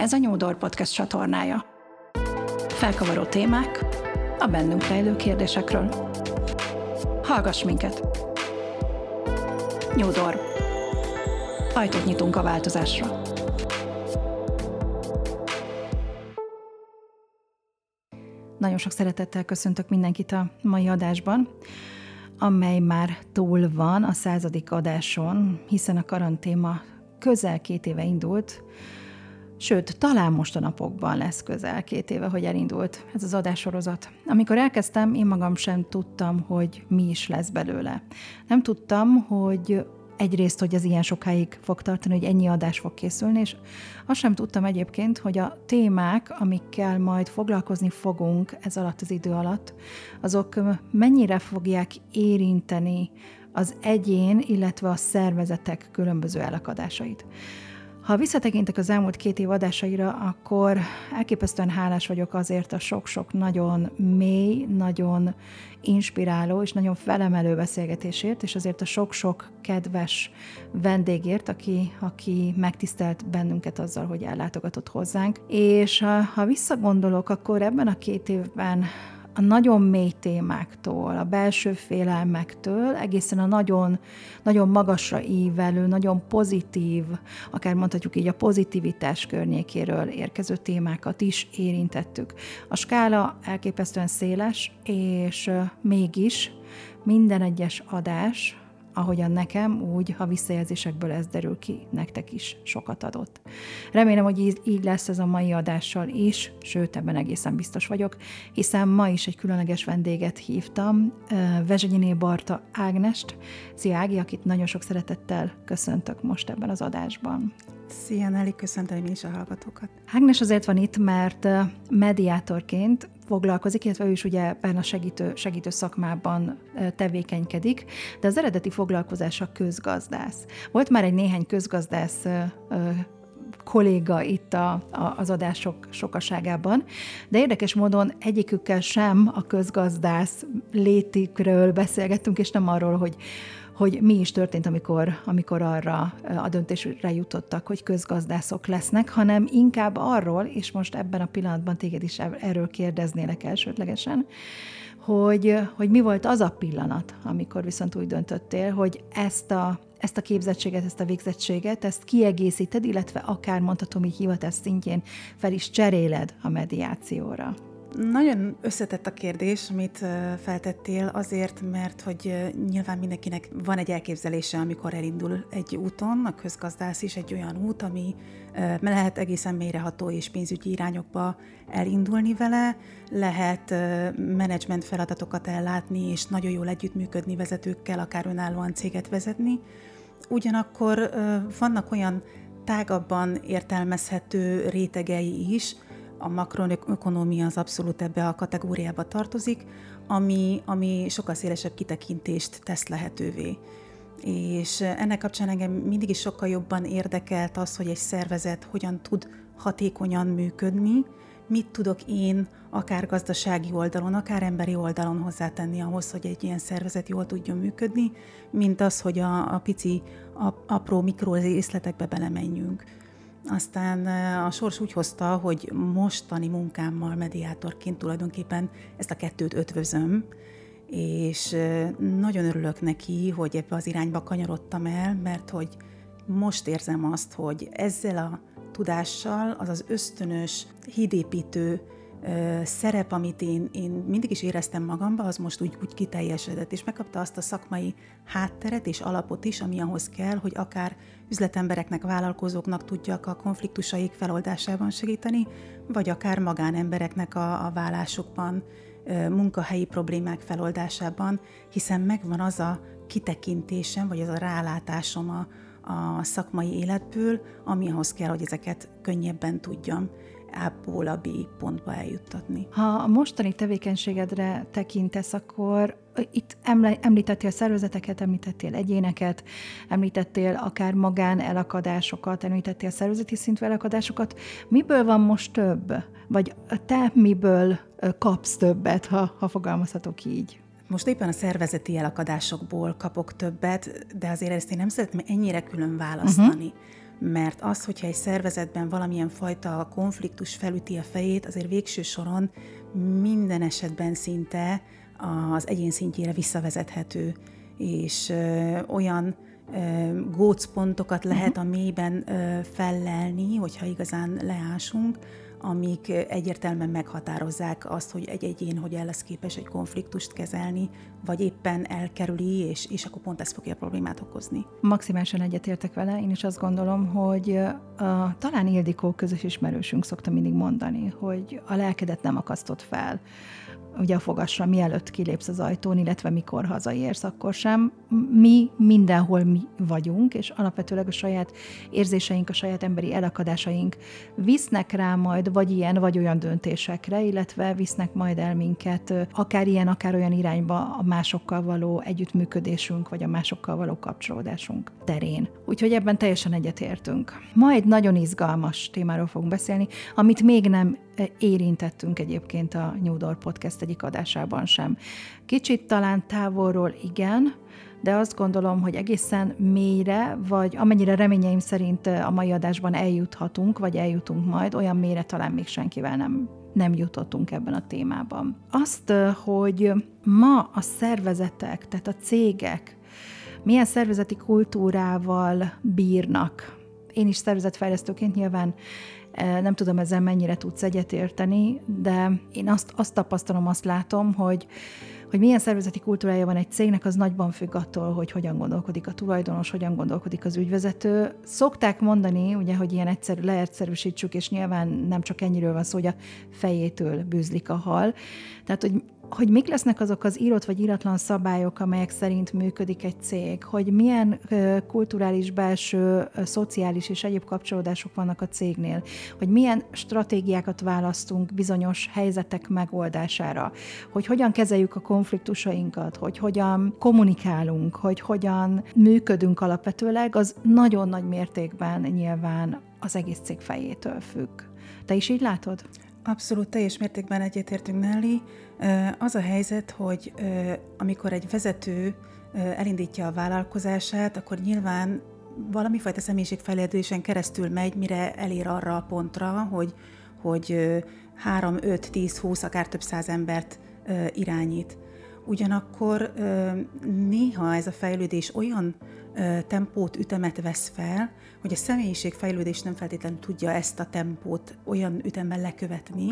Ez a New Door Podcast csatornája. Felkavaró témák a bennünk rejlő kérdésekről. Hallgass minket! New Door. Ajtót nyitunk a változásra. Nagyon sok szeretettel köszöntök mindenkit a mai adásban, amely már túl van a 100. adáson, hiszen a karanténma közel 2 éve indult, sőt, talán most a napokban lesz közel 2 éve, hogy elindult ez az adássorozat. Amikor elkezdtem, én magam sem tudtam, hogy mi is lesz belőle. Nem tudtam, hogy egyrészt, hogy ez ilyen sokáig fog tartani, hogy ennyi adás fog készülni, és azt sem tudtam egyébként, hogy a témák, amikkel majd foglalkozni fogunk ez alatt az idő alatt, azok mennyire fogják érinteni az egyén, illetve a szervezetek különböző elakadásait. Ha visszatekintek az elmúlt 2 év adásaira, akkor elképesztően hálás vagyok azért a sok-sok nagyon mély, nagyon inspiráló és nagyon felemelő beszélgetésért, és azért a sok-sok kedves vendégért, aki megtisztelt bennünket azzal, hogy ellátogatott hozzánk. És ha visszagondolok, akkor ebben a 2 évben a nagyon mély témáktól, a belső félelmektől, egészen a nagyon, nagyon magasra ívelő, nagyon pozitív, akár mondhatjuk így a pozitivitás környékéről érkező témákat is érintettük. A skála elképesztően széles, és mégis minden egyes adás, ahogyan nekem, úgy a visszajelzésekből ez derül ki, nektek is sokat adott. Remélem, hogy így lesz ez a mai adással is, sőt, ebben egészen biztos vagyok, hiszen ma is egy különleges vendéget hívtam, Vezsenyiné Barta Ágnest. Szia Ági, akit nagyon sok szeretettel köszöntök most ebben az adásban. Szia Nelly, köszöntöm én is a hallgatókat. Ágnes azért van itt, mert mediátorként foglalkozik, illetve ő is ugye ebben a segítő szakmában tevékenykedik, de az eredeti foglalkozása közgazdász. Volt már egy néhány közgazdász kolléga itt az adások sokaságában, de érdekes módon egyikükkel sem a közgazdász létükről beszélgettünk, és nem arról, hogy mi is történt, amikor arra a döntésre jutottak, hogy közgazdászok lesznek, hanem inkább arról, és most ebben a pillanatban téged is erről kérdeznélek elsődlegesen, hogy mi volt az a pillanat, amikor viszont úgy döntöttél, hogy ezt a képzettséget, ezt a végzettséget, ezt kiegészíted, illetve akár mondhatom így hivatás szintjén fel is cseréled a mediációra. Nagyon összetett a kérdés, amit feltettél, azért, mert hogy nyilván mindenkinek van egy elképzelése, amikor elindul egy úton, a közgazdász is egy olyan út, ami lehet egészen mélyreható és pénzügyi irányokba elindulni vele, lehet menedzsment feladatokat ellátni, és nagyon jól együttműködni vezetőkkel, akár önállóan céget vezetni. Ugyanakkor vannak olyan tágabban értelmezhető rétegei is, a makroökonómia az abszolút ebbe a kategóriába tartozik, ami sokkal szélesebb kitekintést tesz lehetővé. És ennek kapcsán engem mindig is sokkal jobban érdekelt az, hogy egy szervezet hogyan tud hatékonyan működni, mit tudok én akár gazdasági oldalon, akár emberi oldalon hozzátenni ahhoz, hogy egy ilyen szervezet jól tudjon működni, mint az, hogy a pici, apró mikrorészletekbe belemenjünk. Aztán a sors úgy hozta, hogy mostani munkámmal mediátorként tulajdonképpen ezt a 2-t ötvözöm, és nagyon örülök neki, hogy ebbe az irányba kanyarodtam el, mert hogy most érzem azt, hogy ezzel a tudással, az az ösztönös, hídépítő szerep, amit én mindig is éreztem magamba, az most úgy kiteljesedett, és megkapta azt a szakmai hátteret és alapot is, ami ahhoz kell, hogy akár üzletembereknek, vállalkozóknak tudjak a konfliktusaik feloldásában segíteni, vagy akár magánembereknek a vállásukban, munkahelyi problémák feloldásában, hiszen megvan az a kitekintésem, vagy az a rálátásom a szakmai életből, ami ahhoz kell, hogy ezeket könnyebben tudjam A-ból a B pontba eljuttatni. Ha a mostani tevékenységedre tekintesz, akkor itt említettél szervezeteket, említettél egyéneket, említettél akár magán elakadásokat, említettél szervezeti szintű elakadásokat. Miből van most több? Vagy te miből kapsz többet, ha fogalmazhatok így? Most éppen a szervezeti elakadásokból kapok többet, de azért ezt én nem szeretném ennyire külön választani. mert az, hogyha egy szervezetben valamilyen fajta konfliktus felüti a fejét, azért végső soron minden esetben szinte az egyén szintjére visszavezethető, és olyan gócpontokat lehet a mélyben fellelni, hogyha igazán leásunk, amik egyértelműen meghatározzák azt, hogy egy egyén hogyan lesz képes egy konfliktust kezelni, vagy éppen elkerüli, és akkor pont ez fogja a problémát okozni. Maximálisan egyetértek vele, én is azt gondolom, hogy talán Ildikó közös ismerősünk szokta mindig mondani, hogy a lelkedet nem akasztod fel, ugye a fogasra, mielőtt kilépsz az ajtón, illetve mikor hazaérsz, akkor sem. Mi mindenhol mi vagyunk, és alapvetőleg a saját érzéseink, a saját emberi elakadásaink visznek rá majd vagy ilyen, vagy olyan döntésekre, illetve visznek majd el minket akár ilyen, akár olyan irányba a másokkal való együttműködésünk, vagy a másokkal való kapcsolódásunk terén. Úgyhogy ebben teljesen egyetértünk. Ma egy nagyon izgalmas témáról fogunk beszélni, amit még nem érintettünk egyébként a New Door Podcast egyik adásában sem. Kicsit talán távolról igen, de azt gondolom, hogy egészen mélyre, vagy amennyire reményeim szerint a mai adásban eljuthatunk, vagy eljutunk majd, olyan mélyre talán még senkivel nem jutottunk ebben a témában. Azt, hogy ma a szervezetek, tehát a cégek milyen szervezeti kultúrával bírnak. Én is szervezetfejlesztőként nyilván nem tudom, ezzel mennyire tudsz egyetérteni, de én azt tapasztalom, azt látom, hogy milyen szervezeti kultúrája van egy cégnek, az nagyban függ attól, hogy hogyan gondolkodik a tulajdonos, hogyan gondolkodik az ügyvezető. Szokták mondani, ugye, hogy ilyen leegyszerűsítsük, és nyilván nem csak ennyiről van szó, hogy a fejétől bűzlik a hal. Tehát, hogy mik lesznek azok az írott vagy íratlan szabályok, amelyek szerint működik egy cég, hogy milyen kulturális, belső, szociális és egyéb kapcsolódások vannak a cégnél, hogy milyen stratégiákat választunk bizonyos helyzetek megoldására, hogy hogyan kezeljük a konfliktusainkat, hogy hogyan kommunikálunk, hogy hogyan működünk alapvetőleg, az nagyon nagy mértékben nyilván az egész cég fejétől függ. Te is így látod? Abszolút, teljes mértékben egyetértünk, Nelly. Az a helyzet, hogy amikor egy vezető elindítja a vállalkozását, akkor nyilván valami fajta személyiségfejlődésen keresztül megy, mire elér arra a pontra, hogy 3, 5, 10, 20, akár több száz embert irányít. Ugyanakkor néha ez a fejlődés olyan tempót, ütemet vesz fel, hogy a személyiségfejlődés nem feltétlenül tudja ezt a tempót olyan ütemben lekövetni,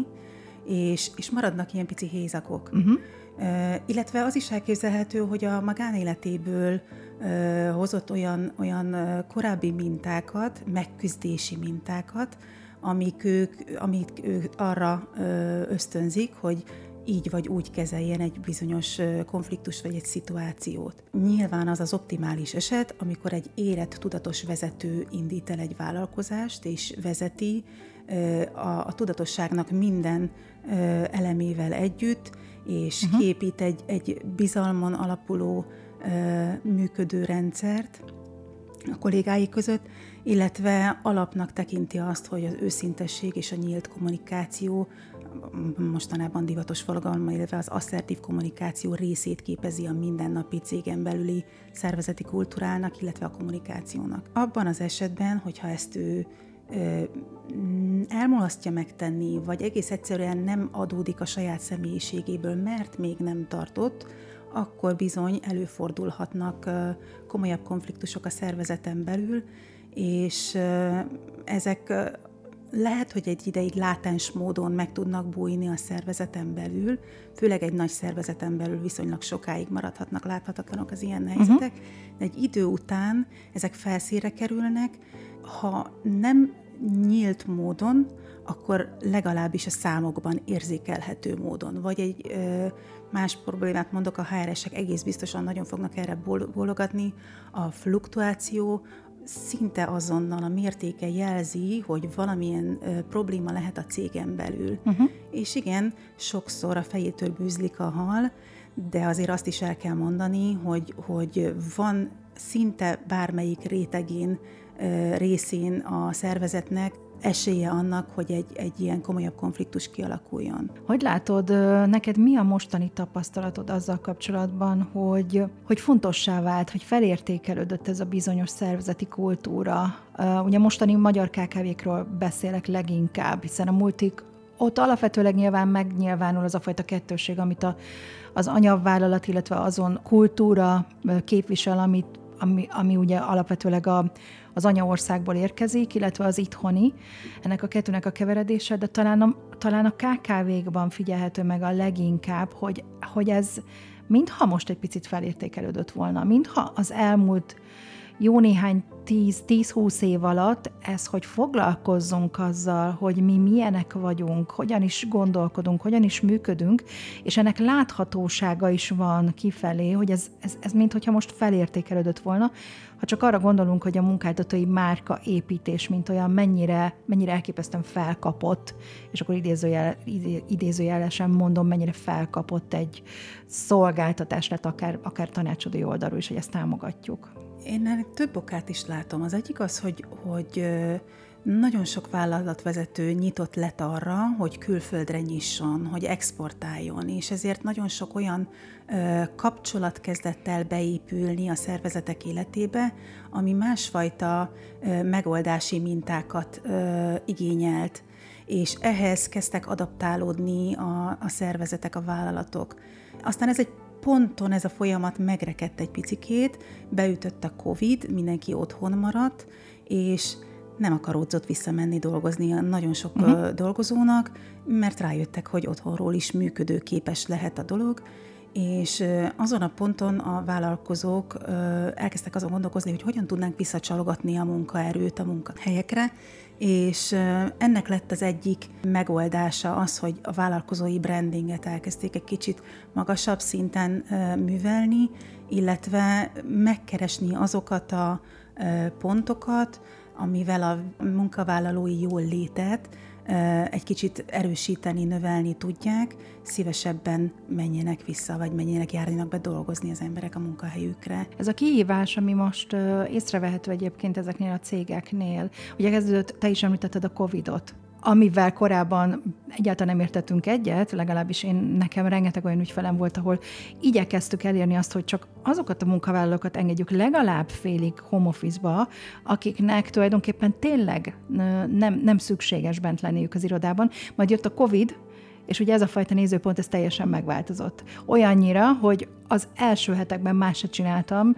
és maradnak ilyen pici hézagok. Illetve az is elképzelhető, hogy a magánéletéből hozott olyan korábbi mintákat, megküzdési mintákat, amik ők arra ösztönzik, hogy így vagy úgy kezeljen egy bizonyos konfliktus vagy egy szituációt. Nyilván az az optimális eset, amikor egy érett, tudatos vezető indít el egy vállalkozást és vezeti a tudatosságnak minden elemével együtt, és kiépít egy bizalmon alapuló működő rendszert a kollégái között, illetve alapnak tekinti azt, hogy az őszintesség és a nyílt kommunikáció, mostanában divatos fogalommal, illetve az asszertív kommunikáció részét képezi a mindennapi cégen belüli szervezeti kultúrának, illetve a kommunikációnak. Abban az esetben, hogyha ezt ő elmulasztja megtenni, vagy egész egyszerűen nem adódik a saját személyiségéből, mert még nem tartott, akkor bizony előfordulhatnak komolyabb konfliktusok a szervezeten belül, és ezek lehet, hogy egy ideig látens módon meg tudnak bújni a szervezeten belül, főleg egy nagy szervezeten belül viszonylag sokáig maradhatnak láthatatlanok az ilyen helyzetek, de egy idő után ezek felszínre kerülnek, ha nem nyílt módon, akkor legalábbis a számokban érzékelhető módon. Vagy egy más problémát mondok, a HR-esek egész biztosan nagyon fognak erre bólogatni, a fluktuáció szinte azonnal a mértéke jelzi, hogy valamilyen probléma lehet a cégen belül. És igen, sokszor a fejétől bűzlik a hal, de azért azt is el kell mondani, hogy van szinte bármelyik rétegén, részén a szervezetnek esélye annak, hogy egy ilyen komolyabb konfliktus kialakuljon. Hogy látod, neked mi a mostani tapasztalatod azzal kapcsolatban, hogy fontossá vált, hogy felértékelődött ez a bizonyos szervezeti kultúra? Ugye mostani magyar KKV-król beszélek leginkább, hiszen a multik ott alapvetőleg nyilván megnyilvánul az a fajta kettősség, amit az anyavállalat, illetve azon kultúra képvisel, ami ugye alapvetőleg az anyaországból érkezik, illetve az itthoni, ennek a kettőnek a keveredése, de talán a KKV-kban figyelhető meg a leginkább, hogy ez mintha most egy picit felértékelődött volna, mintha az elmúlt jó néhány 10-20 év alatt ez, hogy foglalkozzunk azzal, hogy mi milyenek vagyunk, hogyan is gondolkodunk, hogyan is működünk, és ennek láthatósága is van kifelé, hogy ez minthogyha most felértékelődött volna, ha csak arra gondolunk, hogy a munkáltatói márka építés, mint olyan mennyire elképesztően felkapott, és akkor idézőjelesen mondom, mennyire felkapott egy szolgáltatás lett akár tanácsadói oldalról is, hogy ezt támogatjuk. Én ennek több okát is látom. Az egyik az, hogy nagyon sok vállalatvezető nyitott lett arra, hogy külföldre nyisson, hogy exportáljon, és ezért nagyon sok olyan kapcsolat kezdett el beépülni a szervezetek életébe, ami másfajta megoldási mintákat igényelt, és ehhez kezdtek adaptálódni a szervezetek, a vállalatok. Aztán ez a folyamat megrekedt egy picikét, beütött a Covid, mindenki otthon maradt, és nem akaródzott visszamenni dolgozni a nagyon sok dolgozónak, mert rájöttek, hogy otthonról is működőképes lehet a dolog, és azon a ponton a vállalkozók elkezdtek azon gondolkozni, hogy hogyan tudnánk visszacsalogatni a munkaerőt a munkahelyekre, és ennek lett az egyik megoldása az, hogy a vállalkozói brandinget elkezdték egy kicsit magasabb szinten művelni, illetve megkeresni azokat a pontokat, amivel a munkavállalói jól létet egy kicsit erősíteni, növelni tudják, szívesebben menjenek vissza, vagy menjenek járjanak be dolgozni az emberek a munkahelyükre. Ez a kihívás, ami most észrevehető egyébként ezeknél a cégeknél. Ugye kezdődött, te is említetted a Covid-ot, amivel korábban egyáltalán nem értettünk egyet, legalábbis nekem rengeteg olyan ügyfelem volt, ahol igyekeztük elérni azt, hogy csak azokat a munkavállalókat engedjük legalább félig home office-ba, akiknek tulajdonképpen tényleg nem szükséges bent lenniük az irodában. Majd jött a Covid, és ugye ez a fajta nézőpont, ez teljesen megváltozott. Olyannyira, hogy az első hetekben más se csináltam,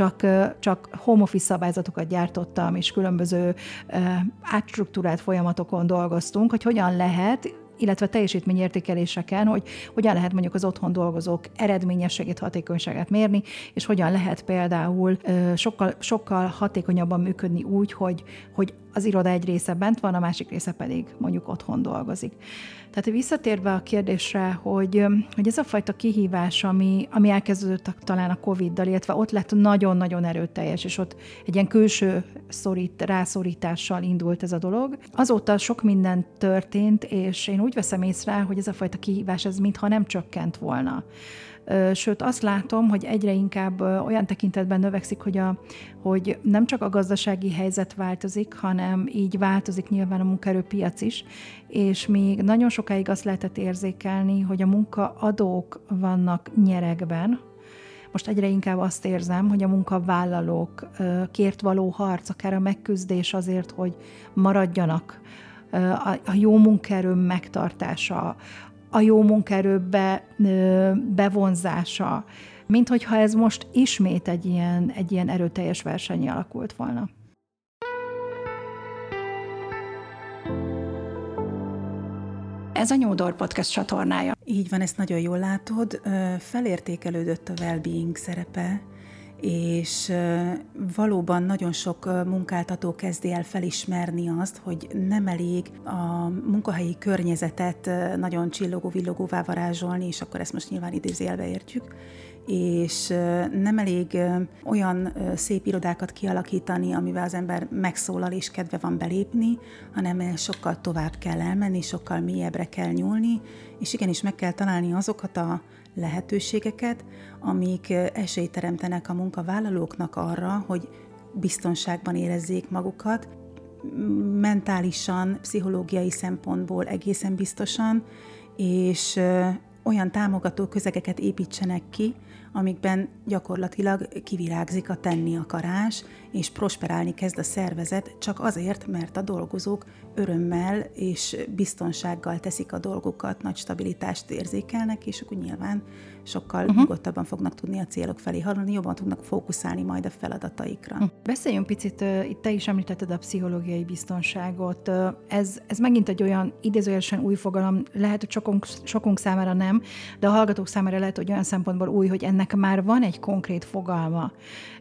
csak home office szabályzatokat gyártottam, és különböző átstruktúrált folyamatokon dolgoztunk, hogy hogyan lehet, illetve teljesítményértékeléseken, hogy hogyan lehet mondjuk az otthon dolgozók eredményességét, hatékonyságát mérni, és hogyan lehet például sokkal hatékonyabban működni úgy, hogy az iroda egy része bent van, a másik része pedig mondjuk otthon dolgozik. Tehát visszatérve a kérdésre, hogy ez a fajta kihívás, ami elkezdődött talán a Covid-dal, illetve ott lett nagyon-nagyon erőteljes, és ott egy ilyen külső rászorítással indult ez a dolog. Azóta sok minden történt, és én úgy veszem észre, hogy ez a fajta kihívás, ez mintha nem csökkent volna. Sőt, azt látom, hogy egyre inkább olyan tekintetben növekszik, hogy nem csak a gazdasági helyzet változik, hanem így változik nyilván a munkaerőpiac is, és még nagyon sokáig azt lehetett érzékelni, hogy a munkaadók vannak nyeregben. Most egyre inkább azt érzem, hogy a munkavállalók kért való harc, akár a megküzdés azért, hogy maradjanak, a jó munkaerő megtartása, a jó munkaerő bevonzása, mint hogyha ez most ismét egy ilyen erőteljes verseny alakult volna. Ez a New Door Podcast csatornája. Így van, ezt nagyon jól látod. Felértékelődött a well-being szerepe, és valóban nagyon sok munkáltató kezdi el felismerni azt, hogy nem elég a munkahelyi környezetet nagyon csillogó-villogóvá varázsolni, és akkor ezt most nyilván idézőjelbe értjük, és nem elég olyan szép irodákat kialakítani, amivel az ember megszólal és kedve van belépni, hanem sokkal tovább kell elmenni, sokkal mélyebbre kell nyúlni, és igenis meg kell találni azokat a lehetőségeket, amik esélyt teremtenek a munkavállalóknak arra, hogy biztonságban érezzék magukat, mentálisan, pszichológiai szempontból egészen biztosan, és olyan támogató közegeket építsenek ki, amikben gyakorlatilag kivirágzik a tenni akarás, és prosperálni kezd a szervezet, csak azért, mert a dolgozók örömmel és biztonsággal teszik a dolgokat, nagy stabilitást érzékelnek, és akkor nyilván sokkal nyugodtabban fognak tudni a célok felé haladni, jobban tudnak fókuszálni majd a feladataikra. Beszéljünk picit, itt te is említetted a pszichológiai biztonságot. Ez megint egy olyan idézőjelesen új fogalom, lehet, hogy sokunk számára nem, de a hallgatók számára lehet, hogy olyan szempontból új, hogy ennek már van egy konkrét fogalma.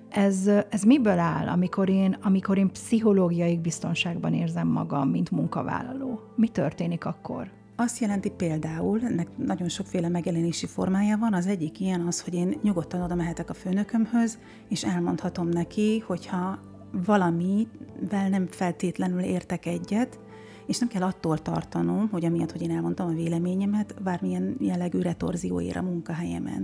Ez miből áll, amikor én pszichológiai biztonságban érzem magam, mint munkavállaló? Mi történik akkor? Azt jelenti például, ennek nagyon sokféle megjelenési formája van, az egyik ilyen az, hogy én nyugodtan oda mehetek a főnökömhöz, és elmondhatom neki, hogyha valamivel nem feltétlenül értek egyet, és nem kell attól tartanom, hogy amiatt, hogy én elmondtam a véleményemet, bármilyen jellegű retorzió ér a munkahelyemen.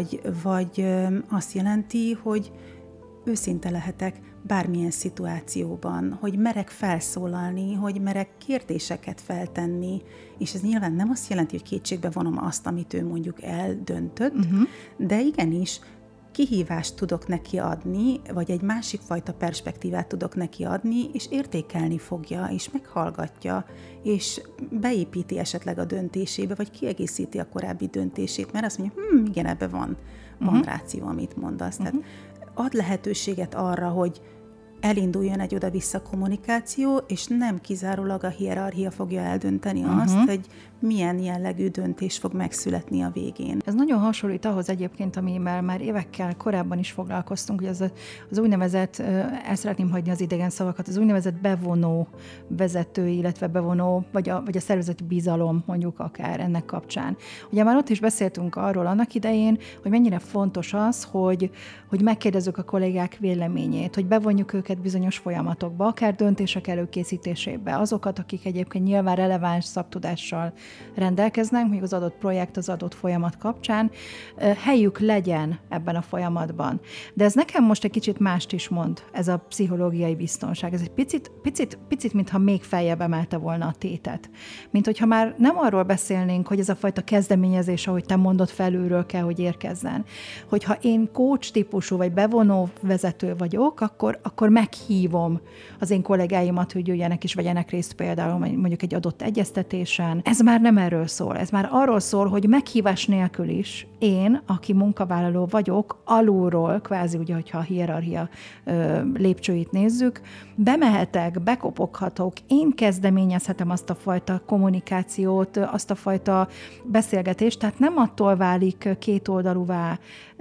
Vagy azt jelenti, hogy őszinte lehetek bármilyen szituációban, hogy merek felszólalni, hogy merek kérdéseket feltenni, és ez nyilván nem azt jelenti, hogy kétségbe vonom azt, amit ő mondjuk eldöntött, de igenis kihívást tudok neki adni, vagy egy másik fajta perspektívát tudok neki adni, és értékelni fogja, és meghallgatja, és beépíti esetleg a döntésébe, vagy kiegészíti a korábbi döntését, mert azt mondja, igen, ebben van ráció, amit mondasz. Tehát ad lehetőséget arra, hogy elinduljon egy oda-vissza kommunikáció, és nem kizárólag a hierarchia fogja eldönteni azt, hogy milyen jellegű döntés fog megszületni a végén. Ez nagyon hasonlít ahhoz egyébként, amivel már évekkel korábban is foglalkoztunk, hogy az úgynevezett, el szeretném hagyni az idegen szavakat, az úgynevezett bevonó vezető, illetve bevonó, vagy a szervezeti bizalom, mondjuk akár ennek kapcsán. Ugye már ott is beszéltünk arról annak idején, hogy mennyire fontos az, hogy megkérdezzük a kollégák véleményét, hogy bevonjuk őket bizonyos folyamatokba, akár döntések előkészítésébe, azokat, akik egyébként nyilván releváns szaktudással rendelkeznek, mondjuk az adott projekt, az adott folyamat kapcsán, helyük legyen ebben a folyamatban. De ez nekem most egy kicsit mást is mond, ez a pszichológiai biztonság. Ez egy picit, mintha még feljebb emelte volna a tétet. Mint hogyha már nem arról beszélnénk, hogy ez a fajta kezdeményezés, ahogy te mondod, felülről kell, hogy érkezzen. Hogyha én coach típusú, vagy bevonó vezető vagyok, akkor meghívom az én kollégáimat, hogy jöjjenek és vegyenek részt például mondjuk egy adott egyeztetésen. Ez már nem erről szól. Ez már arról szól, hogy meghívás nélkül is én, aki munkavállaló vagyok, alulról, kvázi ugye, hogyha a hierarchia lépcsőit nézzük, bemehetek, bekopoghatok, én kezdeményezhetem azt a fajta kommunikációt, azt a fajta beszélgetést, tehát nem attól válik kétoldalúvá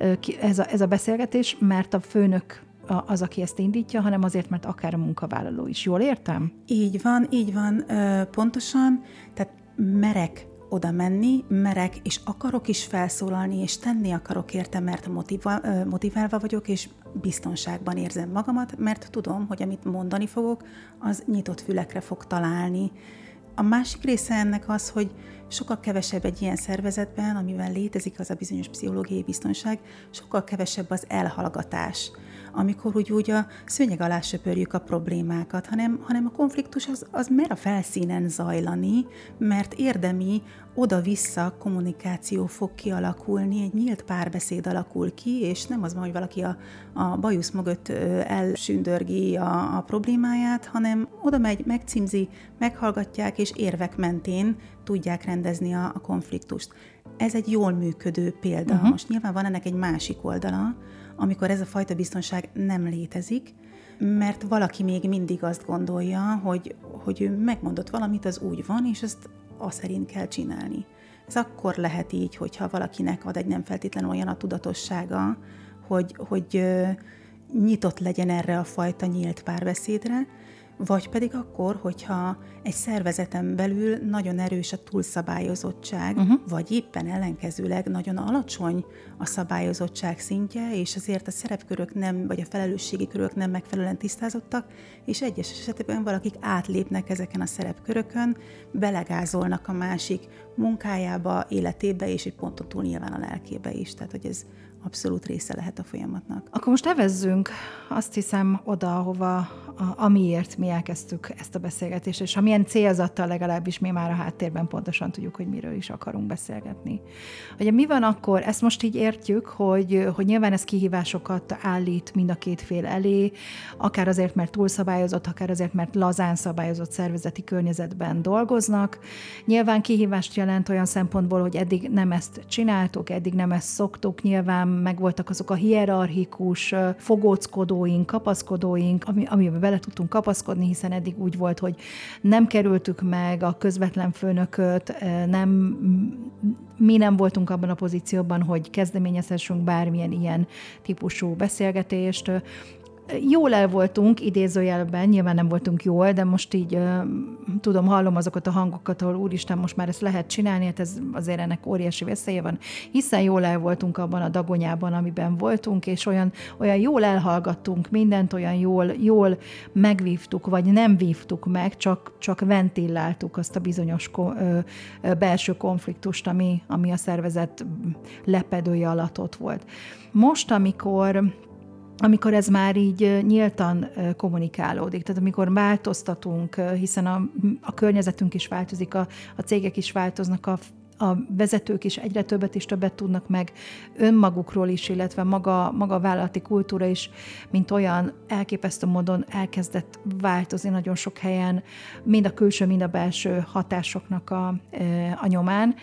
ez a beszélgetés, mert a főnök az, aki ezt indítja, hanem azért, mert akár a munkavállaló is. Jól értem? Így van, pontosan. Tehát merek oda menni, merek, és akarok is felszólalni, és tenni akarok érte, mert motiválva vagyok, és biztonságban érzem magamat, mert tudom, hogy amit mondani fogok, az nyitott fülekre fog találni. A másik része ennek az, hogy sokkal kevesebb egy ilyen szervezetben, amivel létezik az a bizonyos pszichológiai biztonság, sokkal kevesebb az elhallgatás, amikor úgy a szőnyeg alá söpörjük a problémákat, hanem a konfliktus az mer a felszínen zajlani, mert érdemi oda-vissza kommunikáció fog kialakulni, egy nyílt párbeszéd alakul ki, és nem az van, hogy valaki a bajusz mögött elsündörgi a problémáját, hanem oda megy, megcímzi, meghallgatják, és érvek mentén tudják rendezni a konfliktust. Ez egy jól működő példa. Most nyilván van ennek egy másik oldala, amikor ez a fajta biztonság nem létezik, mert valaki még mindig azt gondolja, hogy ő megmondott valamit, az úgy van, és ezt szerint kell csinálni. Ez akkor lehet így, hogyha valakinek ad egy nem feltétlenül olyan a tudatossága, hogy nyitott legyen erre a fajta nyílt párbeszédre, vagy pedig akkor, hogyha egy szervezeten belül nagyon erős a túlszabályozottság, vagy éppen ellenkezőleg nagyon alacsony a szabályozottság szintje, és azért a szerepkörök nem, vagy a felelősségi körök nem megfelelően tisztázottak, és egyes esetekben valakik átlépnek ezeken a szerepkörökön, belegázolnak a másik munkájába, életébe, és egy ponton túl nyilván a lelkébe is. Tehát, hogy ez abszolút része lehet a folyamatnak. Akkor most evezzünk, azt hiszem, oda, ahova amiért mi elkezdtük ezt a beszélgetést, és amilyen célzattal legalábbis mi már a háttérben pontosan tudjuk, hogy miről is akarunk beszélgetni. Ugye mi van akkor, ezt most így értjük, hogy nyilván ez kihívásokat állít mind a két fél elé, akár azért, mert túlszabályozott, akár azért, mert lazán szabályozott szervezeti környezetben dolgoznak. Nyilván kihívást jelent olyan szempontból, hogy eddig nem ezt csináltuk, eddig nem ezt szoktuk, nyilván megvoltak azok a hierarchikus fogóckodóink, kapaszkodóink, amiben bele tudtunk kapaszkodni, hiszen eddig úgy volt, hogy nem kerültük meg a közvetlen főnököt, mi nem voltunk abban a pozícióban, hogy kezdeményezhessünk bármilyen ilyen típusú beszélgetést. Jól el voltunk, idézőjelben, nyilván nem voltunk jól, de most így hallom azokat a hangokat, ahol úristen, most már ezt lehet csinálni, hát ez azért ennek óriási veszélye van, hiszen jól el voltunk abban a dagonyában, amiben voltunk, és olyan jól elhallgattunk mindent, olyan jól megvívtuk, vagy nem vívtuk meg, csak ventilláltuk azt a bizonyos belső konfliktust, ami a szervezet lepedője alatt ott volt. Most, amikor ez már így nyíltan kommunikálódik, tehát amikor változtatunk, hiszen a környezetünk is változik, a cégek is változnak, a vezetők is egyre többet és többet tudnak meg önmagukról is, illetve maga a vállalati kultúra is, mint olyan elképesztő módon elkezdett változni nagyon sok helyen, mind a külső, mind a belső hatásoknak a nyomán,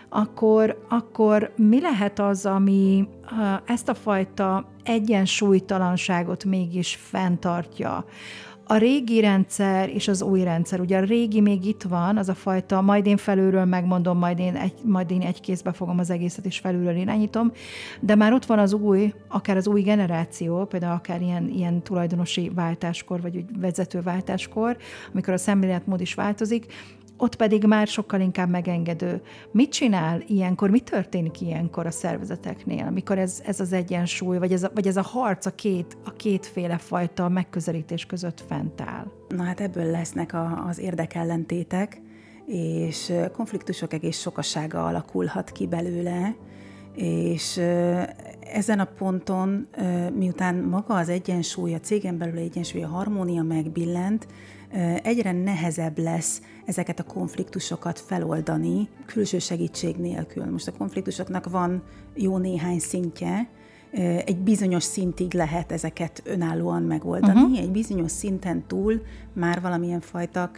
akkor mi lehet az, ami ezt a fajta egyensúlytalanságot mégis fenntartja? A régi rendszer és az új rendszer. Ugye a régi még itt van, az a fajta, majd én felülről megmondom, majd én egy kézbe fogom az egészet, és felülről irányítom, de már ott van az új, akár az új generáció, például akár ilyen tulajdonosi váltáskor, vagy vezetőváltáskor, amikor a szemléletmód is változik, ott pedig már sokkal inkább megengedő. Mit csinál ilyenkor, mi történik ilyenkor a szervezeteknél, amikor ez az egyensúly, vagy ez a harc a kétféle fajta megközelítés között fent áll? Na hát ebből lesznek az érdekellentétek, és konfliktusok egész sokasága alakulhat ki belőle, és ezen a ponton, miután maga az egyensúly, a cégen belül egyensúly, a harmónia megbillent, egyre nehezebb lesz ezeket a konfliktusokat feloldani külső segítség nélkül. Most a konfliktusoknak van jó néhány szintje, egy bizonyos szintig lehet ezeket önállóan megoldani, egy bizonyos szinten túl már valamilyen fajta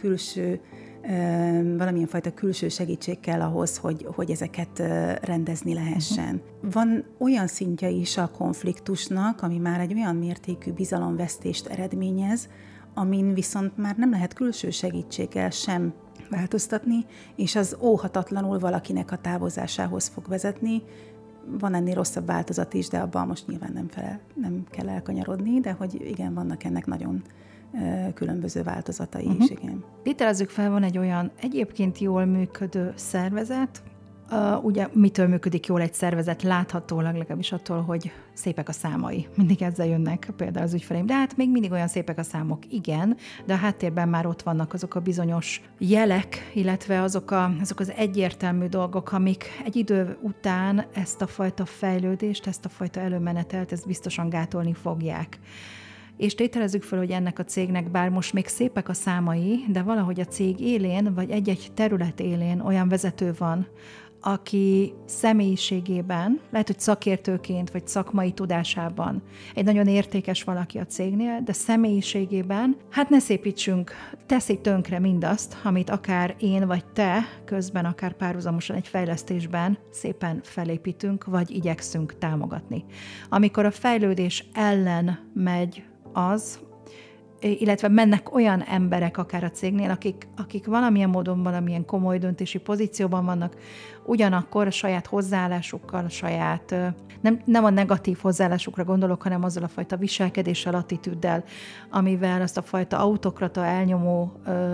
külső segítség kell ahhoz, hogy ezeket rendezni lehessen. Van olyan szintje is a konfliktusnak, ami már egy olyan mértékű bizalomvesztést eredményez, amin viszont már nem lehet külső segítséggel sem változtatni, és az óhatatlanul valakinek a távozásához fog vezetni. Van ennél rosszabb változat is, de abban most nyilván nem kell elkanyarodni, de hogy igen, vannak ennek nagyon különböző változatai is, igen. Tételezzük fel, van egy olyan egyébként jól működő szervezet, ugye mitől működik jól egy szervezet? Láthatólag, legalábbis attól, hogy szépek a számai. Mindig ezzel jönnek például az ügyfeleim. De hát még mindig olyan szépek a számok, igen, de a háttérben már ott vannak azok a bizonyos jelek, illetve azok az egyértelmű dolgok, amik egy idő után ezt a fajta fejlődést, ezt a fajta előmenetelt, ezt biztosan gátolni fogják. És tételezzük fel, hogy ennek a cégnek bár most még szépek a számai, de valahogy a cég élén, vagy egy-egy terület élén olyan vezető van, aki személyiségében, lehet, hogy szakértőként, vagy szakmai tudásában egy nagyon értékes valaki a cégnél, de személyiségében, hát ne szépítsünk, teszi tönkre mindazt, amit akár én vagy te közben, akár párhuzamosan egy fejlesztésben szépen felépítünk, vagy igyekszünk támogatni. Amikor a fejlődés ellen megy az, illetve mennek olyan emberek akár a cégnél, akik valamilyen módon, valamilyen komoly döntési pozícióban vannak, ugyanakkor a saját hozzáállásukkal, nem a negatív hozzáállásukra gondolok, hanem azzal a fajta viselkedéssel, attitűddel, amivel azt a fajta autokrata elnyomó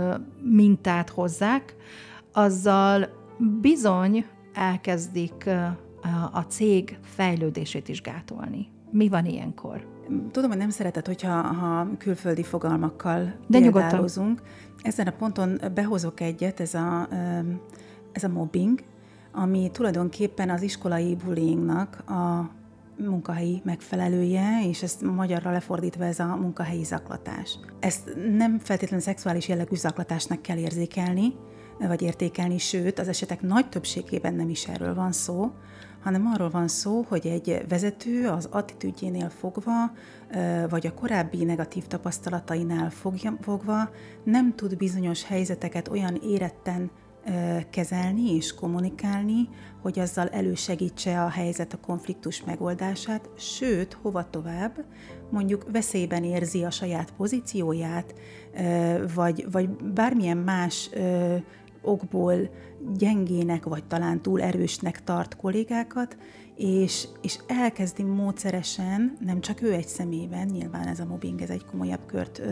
mintát hozzák, azzal bizony elkezdik a cég fejlődését is gátolni. Mi van ilyenkor? Tudom, hogy nem szereted, hogyha külföldi fogalmakkal példálozunk. Ezen a ponton behozok egyet, ez a mobbing, ami tulajdonképpen az iskolai bullyingnak a munkahelyi megfelelője, és ezt magyarra lefordítva ez a munkahelyi zaklatás. Ezt nem feltétlenül szexuális jellegű zaklatásnak kell érzékelni, vagy értékelni, sőt, az esetek nagy többségében nem is erről van szó, hanem arról van szó, hogy egy vezető az attitűdjénél fogva, vagy a korábbi negatív tapasztalatainál fogva nem tud bizonyos helyzeteket olyan éretten kezelni és kommunikálni, hogy azzal elősegítse a helyzet, a konfliktus megoldását, sőt, hova tovább, mondjuk veszélyben érzi a saját pozícióját, vagy bármilyen más okból gyengének, vagy talán túl erősnek tart kollégákat, és elkezdi módszeresen, nem csak ő egy személyben, nyilván ez a mobbing, ez egy komolyabb kört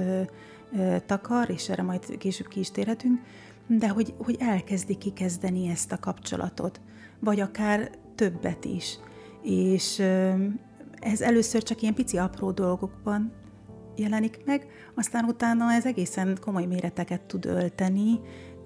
takar, és erre majd később ki is térhetünk, de hogy elkezdi kikezdeni ezt a kapcsolatot, vagy akár többet is. És ez először csak ilyen pici apró dolgokban jelenik meg, aztán utána ez egészen komoly méreteket tud ölteni,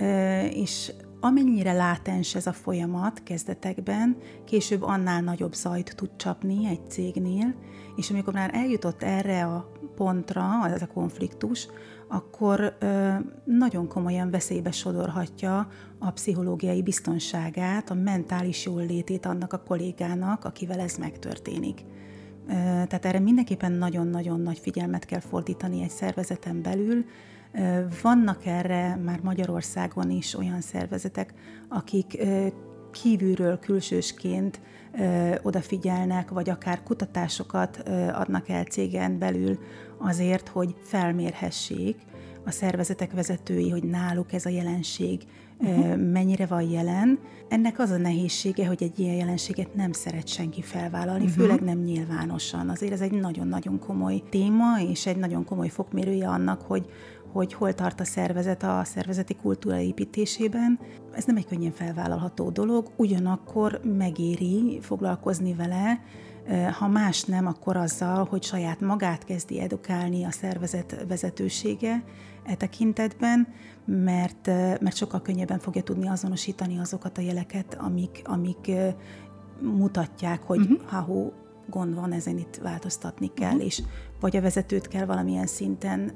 és amennyire látens ez a folyamat kezdetekben, később annál nagyobb zajt tud csapni egy cégnél, és amikor már eljutott erre a pontra, ez a konfliktus, akkor nagyon komolyan veszélybe sodorhatja a pszichológiai biztonságát, a mentális jóllétét annak a kollégának, akivel ez megtörténik. Tehát erre mindenképpen nagyon-nagyon nagy figyelmet kell fordítani egy szervezeten belül. Vannak erre már Magyarországon is olyan szervezetek, akik kívülről, külsősként odafigyelnek, vagy akár kutatásokat adnak el cégen belül azért, hogy felmérhessék a szervezetek vezetői, hogy náluk ez a jelenség mennyire van jelen. Ennek az a nehézsége, hogy egy ilyen jelenséget nem szeret senki felvállalni, főleg nem nyilvánosan. Azért ez egy nagyon-nagyon komoly téma, és egy nagyon komoly fokmérője annak, hogy hol tart a szervezet a szervezeti kultúra építésében. Ez nem egy könnyen felvállalható dolog, ugyanakkor megéri foglalkozni vele, ha más nem, akkor azzal, hogy saját magát kezdi edukálni a szervezet vezetősége e tekintetben, mert sokkal könnyebben fogja tudni azonosítani azokat a jeleket, amik mutatják, hogy gond van, ezen itt változtatni kell, és vagy a vezetőt kell valamilyen szinten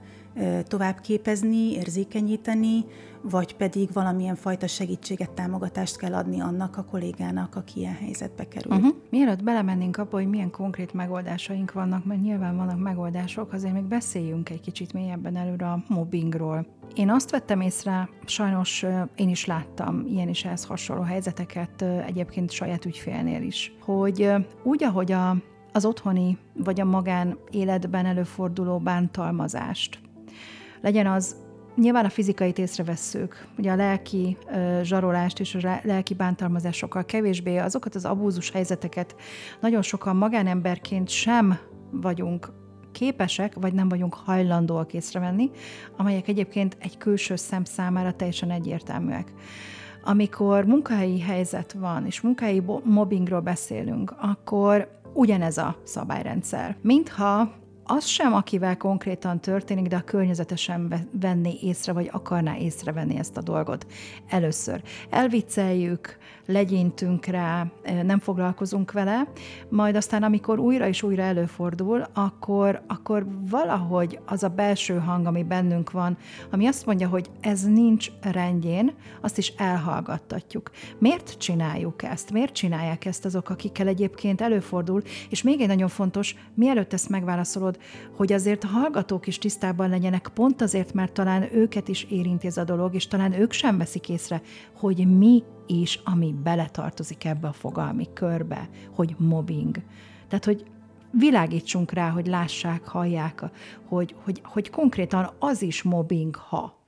tovább képezni, érzékenyíteni, vagy pedig valamilyen fajta segítséget, támogatást kell adni annak a kollégának, aki ilyen helyzetbe kerül. Mielőtt belemennénk abba, hogy milyen konkrét megoldásaink vannak, mert nyilván vannak megoldások, azért még beszéljünk egy kicsit mélyebben előre a mobbingról. Én azt vettem észre, sajnos én is láttam ilyen is ehhez hasonló helyzeteket, egyébként saját ügyfélnél is, hogy úgy, ahogy az otthoni vagy a magán életben előforduló bántalmazást, legyen az, nyilván a fizikait észrevesszük, ugye a lelki zsarolást és a lelki bántalmazást sokkal kevésbé, azokat az abúzus helyzeteket nagyon sokan magánemberként sem vagyunk képesek, vagy nem vagyunk hajlandóak észrevenni, amelyek egyébként egy külső szem számára teljesen egyértelműek. Amikor munkahelyi helyzet van, és munkahelyi mobbingról beszélünk, akkor ugyanez a szabályrendszer. Mintha az sem, akivel konkrétan történik, de a környezete sem venné észre, vagy akarná észrevenni ezt a dolgot. Először elvicceljük, legyintünk rá, nem foglalkozunk vele, majd aztán, amikor újra és újra előfordul, akkor valahogy az a belső hang, ami bennünk van, ami azt mondja, hogy ez nincs rendjén, azt is elhallgattatjuk. Miért csináljuk ezt? Miért csinálják ezt azok, akikkel egyébként előfordul? És még egy nagyon fontos, mielőtt ezt megválaszolod, hogy azért a hallgatók is tisztában legyenek, pont azért, mert talán őket is érinti ez a dolog, és talán ők sem veszik észre, hogy mi is, ami beletartozik ebbe a fogalmi körbe, hogy mobbing. Tehát, hogy világítsunk rá, hogy lássák, hallják, hogy konkrétan az is mobbing, ha.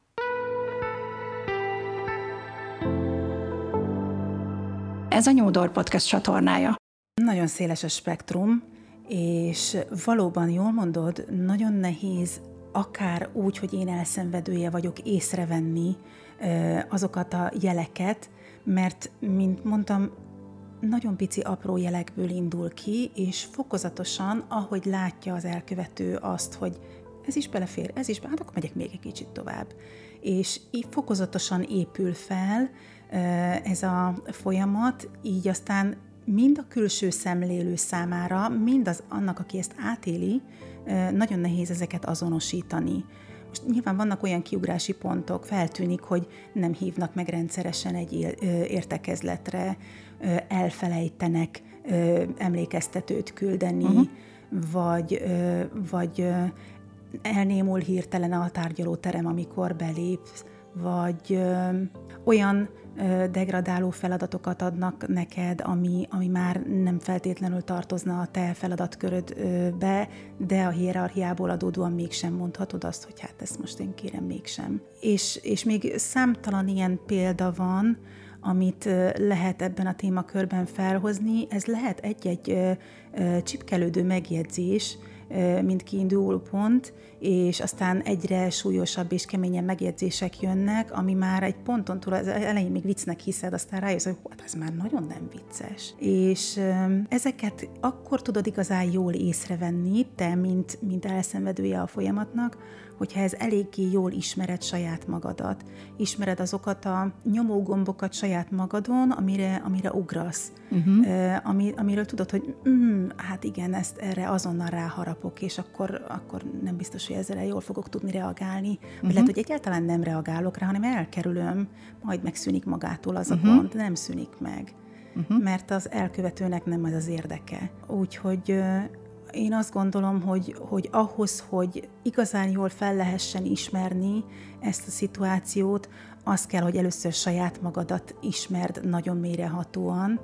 Ez a New Door Podcast csatornája. Nagyon széles a spektrum, és valóban jól mondod, nagyon nehéz akár úgy, hogy én elszenvedője vagyok, észrevenni azokat a jeleket, mert, mint mondtam, nagyon pici apró jelekből indul ki, és fokozatosan, ahogy látja az elkövető azt, hogy ez is belefér, ez is, hát akkor megyek még egy kicsit tovább. És így fokozatosan épül fel ez a folyamat, így aztán mind a külső szemlélő számára, mind annak, aki ezt átéli, nagyon nehéz ezeket azonosítani. Most nyilván vannak olyan kiugrási pontok, feltűnik, hogy nem hívnak meg rendszeresen egy értekezletre, elfelejtenek emlékeztetőt küldeni, vagy elnémul hirtelen a tárgyalóterem, amikor belépsz, vagy olyan degradáló feladatokat adnak neked, ami már nem feltétlenül tartozna a te feladatkörödbe, de a hierarchiából adódóan mégsem mondhatod azt, hogy hát ezt most én kérem mégsem. És még számtalan ilyen példa van, amit lehet ebben a témakörben felhozni. Ez lehet egy-egy csipkelődő megjegyzés, mint kiinduló pont, és aztán egyre súlyosabb és keményebb megjegyzések jönnek, ami már egy ponton túl, az elején még viccnek hiszed, aztán rájössz, hogy ez már nagyon nem vicces. És ezeket akkor tudod igazán jól észrevenni, te, mint elszenvedője a folyamatnak, hogyha ez eléggé jól ismered saját magadat. Ismered azokat a nyomógombokat saját magadon, amire ugrasz. Amiről tudod, hogy hát igen, erre azonnal ráharapok, és akkor nem biztos, hogy ezzel jól fogok tudni reagálni. Vagy lehet, hogy egyáltalán nem reagálok rá, hanem elkerülöm, majd megszűnik magától az a gond, nem szűnik meg. Mert az elkövetőnek nem ez az érdeke. Úgyhogy én azt gondolom, hogy ahhoz, hogy igazán jól fel lehessen ismerni ezt a szituációt, az kell, hogy először saját magadat ismerd nagyon mélyrehatóan,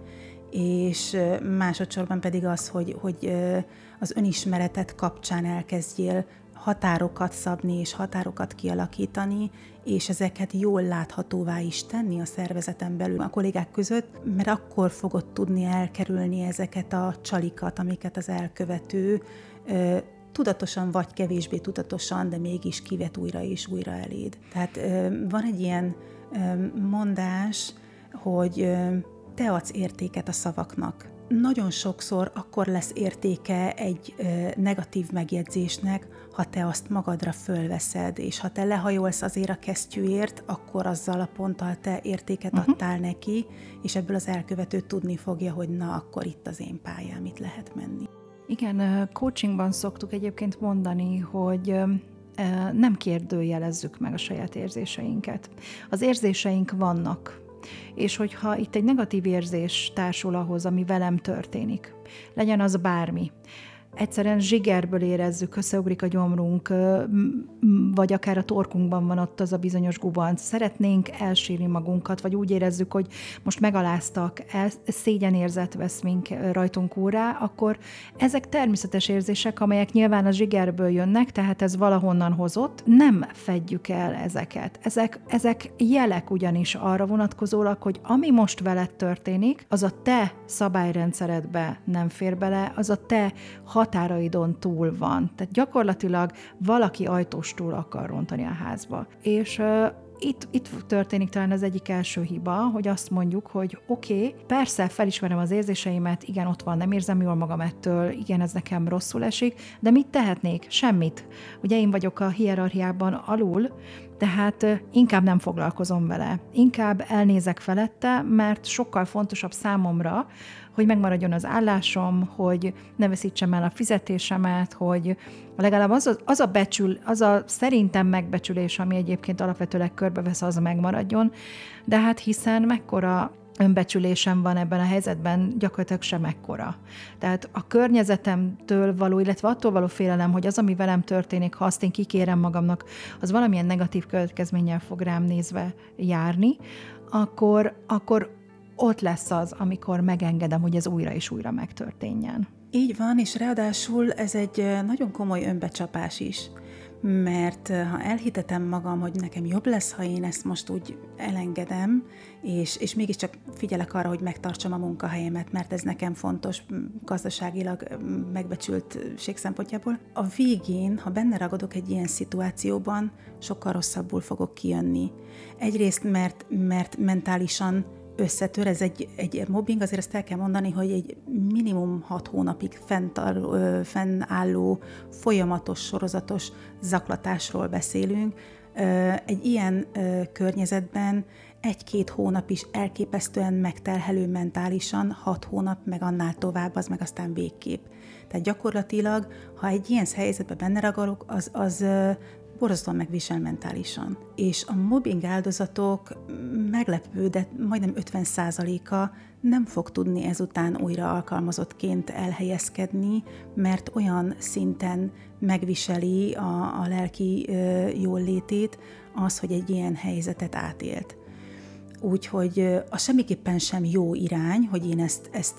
és másodszorban pedig az, hogy az önismeretet kapcsán elkezdjél határokat szabni és határokat kialakítani, és ezeket jól láthatóvá is tenni a szervezeten belül a kollégák között, mert akkor fogod tudni elkerülni ezeket a csalikat, amiket az elkövető tudatosan vagy kevésbé tudatosan, de mégis kivet újra és újra eléd. Tehát van egy ilyen mondás, hogy te adsz értéket a szavaknak. Nagyon sokszor akkor lesz értéke egy negatív megjegyzésnek, ha te azt magadra fölveszed, és ha te lehajolsz azért a kesztyűért, akkor azzal a ponttal te értéket adtál neki, és ebből az elkövető tudni fogja, hogy na, akkor itt az én pályám, itt lehet menni. Igen, coachingban szoktuk egyébként mondani, hogy nem kérdőjelezzük meg a saját érzéseinket. Az érzéseink vannak, és hogyha itt egy negatív érzés társul ahhoz, ami velem történik, legyen az bármi, egyszerűen zsigerből érezzük, összeugrik a gyomrunk, vagy akár a torkunkban van ott az a bizonyos gubanc, szeretnénk elsírni magunkat, vagy úgy érezzük, hogy most megaláztak, szégyenérzet vesz rajtunk úrrá, akkor ezek természetes érzések, amelyek nyilván a zsigerből jönnek, tehát ez valahonnan hozott, nem fedjük el ezeket. Ezek jelek ugyanis arra vonatkozólag, hogy ami most veled történik, az a te szabályrendszeredbe nem fér bele, az a te határaidon túl van. Tehát gyakorlatilag valaki ajtóstól akar rontani a házba. És itt történik talán az egyik első hiba, hogy azt mondjuk, hogy oké, persze felismerem az érzéseimet, igen, ott van, nem érzem jól magam ettől, igen, ez nekem rosszul esik, de mit tehetnék? Semmit. Ugye én vagyok a hierarchiában alul, tehát inkább nem foglalkozom vele. Inkább elnézek felette, mert sokkal fontosabb számomra, hogy megmaradjon az állásom, hogy ne veszítsem el a fizetésemet, hogy legalább az a szerintem megbecsülés, ami egyébként alapvetőleg körbevesz, az megmaradjon, de hát hiszen mekkora önbecsülésem van ebben a helyzetben, gyakorlatilag sem ekkora. Tehát a környezetemtől való, illetve attól való félelem, hogy az, ami velem történik, ha azt én kikérem magamnak, az valamilyen negatív következménnyel fog rám nézve járni, akkor ott lesz az, amikor megengedem, hogy ez újra és újra megtörténjen. Így van, és ráadásul ez egy nagyon komoly önbecsapás is, mert ha elhitetem magam, hogy nekem jobb lesz, ha én ezt most úgy elengedem, és mégiscsak figyelek arra, hogy megtartsam a munkahelyemet, mert ez nekem fontos gazdaságilag megbecsültség szempontjából. A végén, ha benne ragadok egy ilyen szituációban, sokkal rosszabbul fogok kijönni. Egyrészt, mert mentálisan összetör, ez egy mobbing, azért ezt el kell mondani, hogy egy minimum 6 hónapig fennálló, folyamatos, sorozatos zaklatásról beszélünk. Egy ilyen környezetben 1-2 hónap is elképesztően megterhelő mentálisan, 6 hónap, meg annál tovább, az meg aztán végképp. Tehát gyakorlatilag, ha egy ilyen helyzetben benne ragadok, az borzasztóan megvisel mentálisan. És a mobbing áldozatok meglepő, de majdnem 50%-a nem fog tudni ezután újra alkalmazottként elhelyezkedni, mert olyan szinten megviseli a lelki jóllétét az, hogy egy ilyen helyzetet átélt. Úgyhogy az semmiképpen sem jó irány, hogy én ezt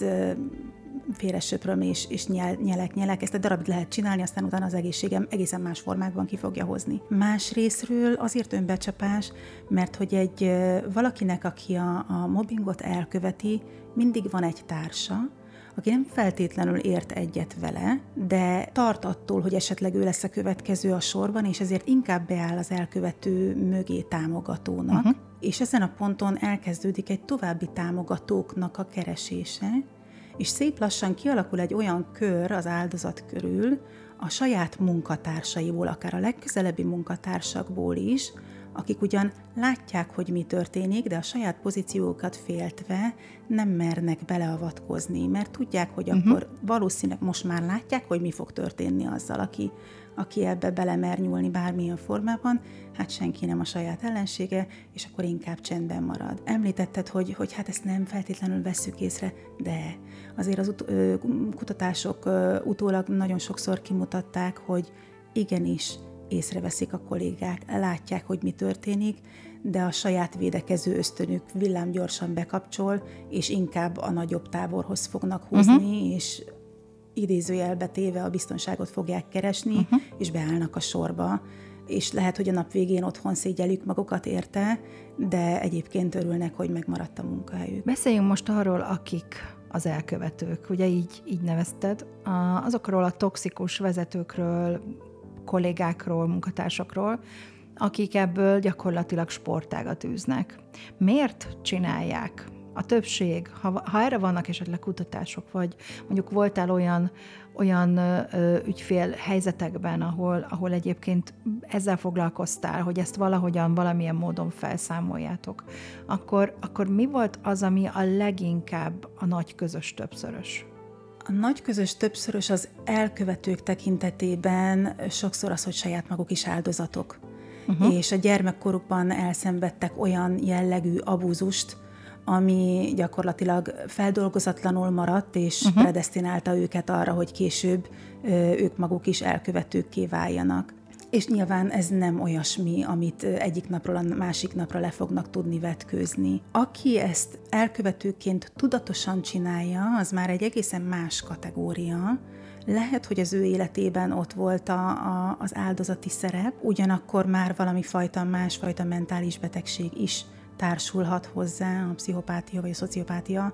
félresöpröm és nyelek. Ezt egy darabig lehet csinálni, aztán utána az egészségem egészen más formákban ki fogja hozni. Más részről azért önbecsapás, mert hogy valakinek, aki a mobbingot elköveti, mindig van egy társa, aki nem feltétlenül ért egyet vele, de tart attól, hogy esetleg ő lesz a következő a sorban, és ezért inkább beáll az elkövető mögé támogatónak, és ezen a ponton elkezdődik egy további támogatóknak a keresése, és szép lassan kialakul egy olyan kör az áldozat körül, a saját munkatársaiból, akár a legközelebbi munkatársakból is, akik ugyan látják, hogy mi történik, de a saját pozíciókat féltve nem mernek beleavatkozni, mert tudják, hogy akkor valószínűleg most már látják, hogy mi fog történni azzal, aki ebbe belemer nyúlni bármilyen formában, hát senki nem a saját ellensége, és akkor inkább csendben marad. Említetted, hogy hát ezt nem feltétlenül vesszük észre, de azért az kutatások utólag nagyon sokszor kimutatták, hogy igenis észreveszik a kollégák, látják, hogy mi történik, de a saját védekező ösztönük villámgyorsan bekapcsol, és inkább a nagyobb táborhoz fognak húzni, és idézőjelbe téve a biztonságot fogják keresni, és beállnak a sorba. És lehet, hogy a nap végén otthon szégyelik magukat érte, de egyébként örülnek, hogy megmaradt a munkahelyük. Beszéljünk most arról, akik az elkövetők. Ugye így nevezted. Azokról a toxikus vezetőkről, kollégákról, munkatársakról, akik ebből gyakorlatilag sportágat űznek. Miért csinálják? A többség, ha erre vannak esetleg kutatások, vagy mondjuk voltál olyan ügyfél helyzetekben, ahol egyébként ezzel foglalkoztál, hogy ezt valamilyen módon felszámoljátok, akkor mi volt az, ami a leginkább a nagy közös többszörös? A nagy közös többszörös az elkövetők tekintetében sokszor az, hogy saját maguk is áldozatok. És a gyermekkorukban elszenvedtek olyan jellegű abúzust, ami gyakorlatilag feldolgozatlanul maradt, és predesztinálta őket arra, hogy később ők maguk is elkövetőkké váljanak. És nyilván ez nem olyasmi, amit egyik napról a másik napra le fognak tudni vetkőzni. Aki ezt elkövetőként tudatosan csinálja, az már egy egészen más kategória. Lehet, hogy az ő életében ott volt az áldozati szerep, ugyanakkor már valami másfajta mentális betegség is társulhat hozzá, a pszichopátia vagy a szociopátia,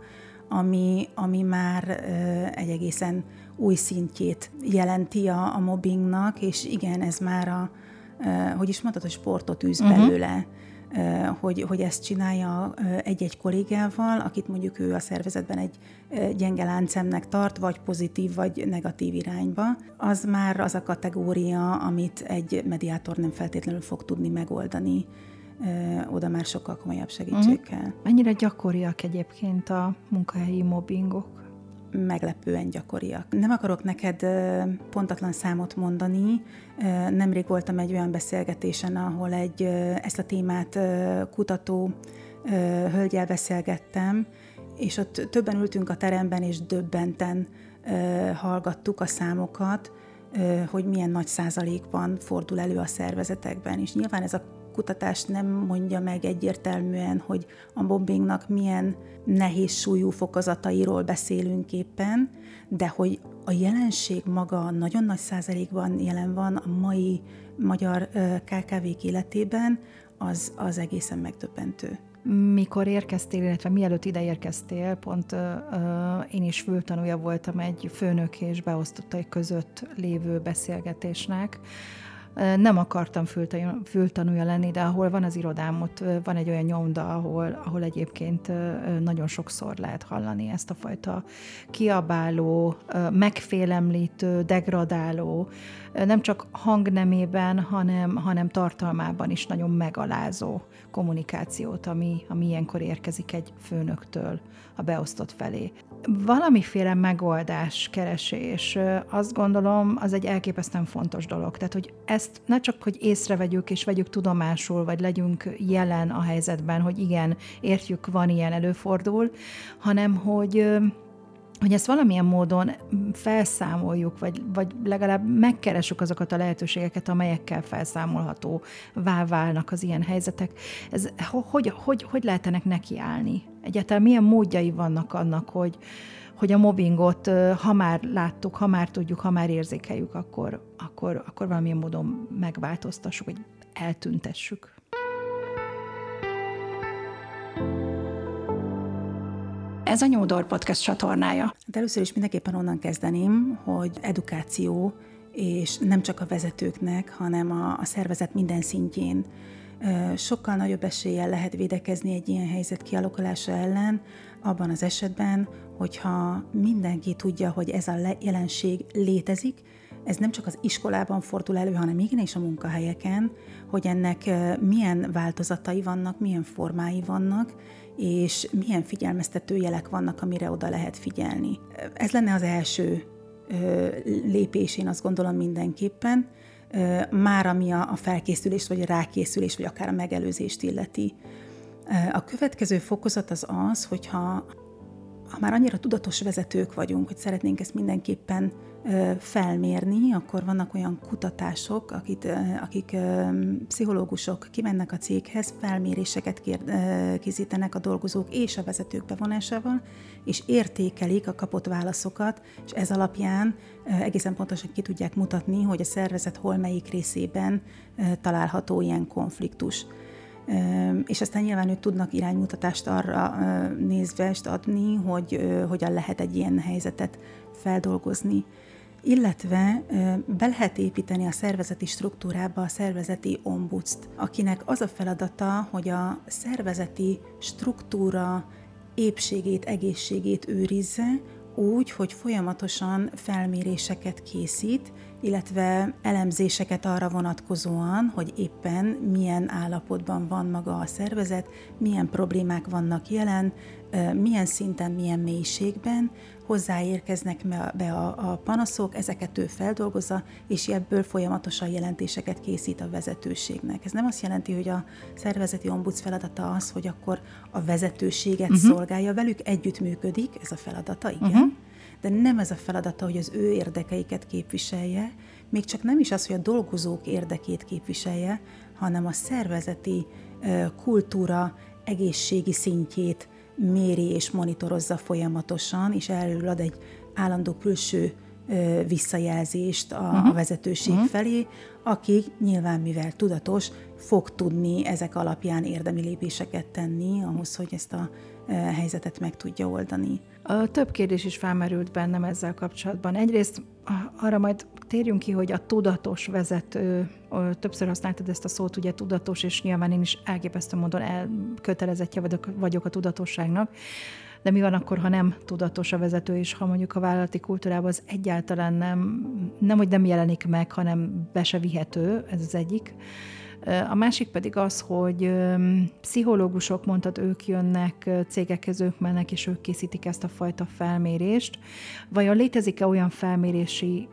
ami már egy egészen új szintjét jelenti a mobbingnak, és igen, ez már hogy is mondtad, hogy sportot űz belőle, hogy ezt csinálja egy-egy kollégával, akit mondjuk ő a szervezetben egy gyenge láncszemnek tart, vagy pozitív, vagy negatív irányba, az már az a kategória, amit egy mediátor nem feltétlenül fog tudni megoldani, oda már sokkal komolyabb segítség kell. Mennyire gyakoriak egyébként a munkahelyi mobbingok? Meglepően gyakoriak. Nem akarok neked pontatlan számot mondani. Nemrég voltam egy olyan beszélgetésen, ahol ezt a témát kutató hölgyel beszélgettem, és ott többen ültünk a teremben, és döbbenten hallgattuk a számokat, hogy milyen nagy százalékban fordul elő a szervezetekben. És nyilván ez a kutatás nem mondja meg egyértelműen, hogy a mobbingnak milyen nehéz súlyú fokozatairól beszélünk éppen, de hogy a jelenség maga nagyon nagy százalékban jelen van a mai magyar KKV-k életében, az egészen megdöbbentő. Mikor érkeztél, illetve mielőtt ide érkeztél, pont én is fültanúja voltam egy főnök és beosztottai között lévő beszélgetésnek, Nem akartam fültanúja lenni, de ahol van az irodám, ott van egy olyan nyomda, ahol egyébként nagyon sokszor lehet hallani ezt a fajta kiabáló, megfélemlítő, degradáló, nem csak hangnemében, hanem tartalmában is nagyon megalázó kommunikációt, ami ilyenkor érkezik egy főnöktől a beosztott felé. Valamiféle megoldás keresés, azt gondolom, az egy elképesztően fontos dolog. Tehát, hogy ezt ne csak, hogy észrevegyük és vegyük tudomásul, vagy legyünk jelen a helyzetben, hogy igen, értjük, van ilyen, előfordul, hanem hogy ezt valamilyen módon felszámoljuk, vagy legalább megkeressük azokat a lehetőségeket, amelyekkel felszámolhatóvá válnak az ilyen helyzetek. Ez, hogy lehet ennek nekiállni? Egyáltalán milyen módjai vannak annak, hogy a mobbingot, ha már láttuk, ha már tudjuk, ha már érzékeljük, akkor valamilyen módon megváltoztassuk, vagy eltüntessük? Ez a New Door Podcast csatornája. De először is mindenképpen onnan kezdeném, hogy edukáció, és nem csak a vezetőknek, hanem a szervezet minden szintjén sokkal nagyobb eséllyel lehet védekezni egy ilyen helyzet kialakulása ellen, abban az esetben, hogyha mindenki tudja, hogy ez a jelenség létezik, ez nem csak az iskolában fordul elő, hanem igenis a munkahelyeken, hogy ennek milyen változatai vannak, milyen formái vannak, és milyen figyelmeztető jelek vannak, amire oda lehet figyelni. Ez lenne az első lépés, én azt gondolom mindenképpen, már ami a felkészülést, vagy a rákészülést, vagy akár a megelőzést illeti. A következő fokozat az, hogyha már annyira tudatos vezetők vagyunk, hogy szeretnénk ezt mindenképpen felmérni, akkor vannak olyan kutatások, akik pszichológusok kimennek a céghez, felméréseket készítenek a dolgozók és a vezetők bevonásával, és értékelik a kapott válaszokat, és ez alapján egészen pontosan ki tudják mutatni, hogy a szervezet hol melyik részében található ilyen konfliktus. És aztán nyilván ők tudnak iránymutatást arra nézve adni, hogy hogyan lehet egy ilyen helyzetet feldolgozni. Illetve be lehet építeni a szervezeti struktúrába a szervezeti ombudszt, akinek az a feladata, hogy a szervezeti struktúra épségét, egészségét őrizze, úgy, hogy folyamatosan felméréseket készít, illetve elemzéseket arra vonatkozóan, hogy éppen milyen állapotban van maga a szervezet, milyen problémák vannak jelen, milyen szinten, milyen mélységben, hozzáérkeznek be a panaszok, ezeket ő feldolgozza, és ebből folyamatosan jelentéseket készít a vezetőségnek. Ez nem azt jelenti, hogy a szervezeti ombuds feladata az, hogy akkor a vezetőséget szolgálja, velük együttműködik, ez a feladata, igen, de nem ez a feladata, hogy az ő érdekeiket képviselje, még csak nem is az, hogy a dolgozók érdekét képviselje, hanem a szervezeti kultúra egészségi szintjét méri és monitorozza folyamatosan, és erről ad egy állandó külső visszajelzést a vezetőség felé, aki nyilván, mivel tudatos, fog tudni ezek alapján érdemi lépéseket tenni ahhoz, hogy ezt a helyzetet meg tudja oldani. Több kérdés is felmerült bennem ezzel kapcsolatban. Egyrészt arra majd térjünk ki, hogy a tudatos vezető, többször használtad ezt a szót, ugye tudatos, és nyilván én is elképesztő módon elkötelezettje vagyok a tudatosságnak, de mi van akkor, ha nem tudatos a vezető, és ha mondjuk a vállalati kultúrában az egyáltalán hogy nem jelenik meg, hanem be se vihető, ez az egyik. A másik pedig az, hogy pszichológusok, mondtad, ők jönnek, cégekhez ők mennek, és ők készítik ezt a fajta felmérést. Vajon létezik-e olyan felmérési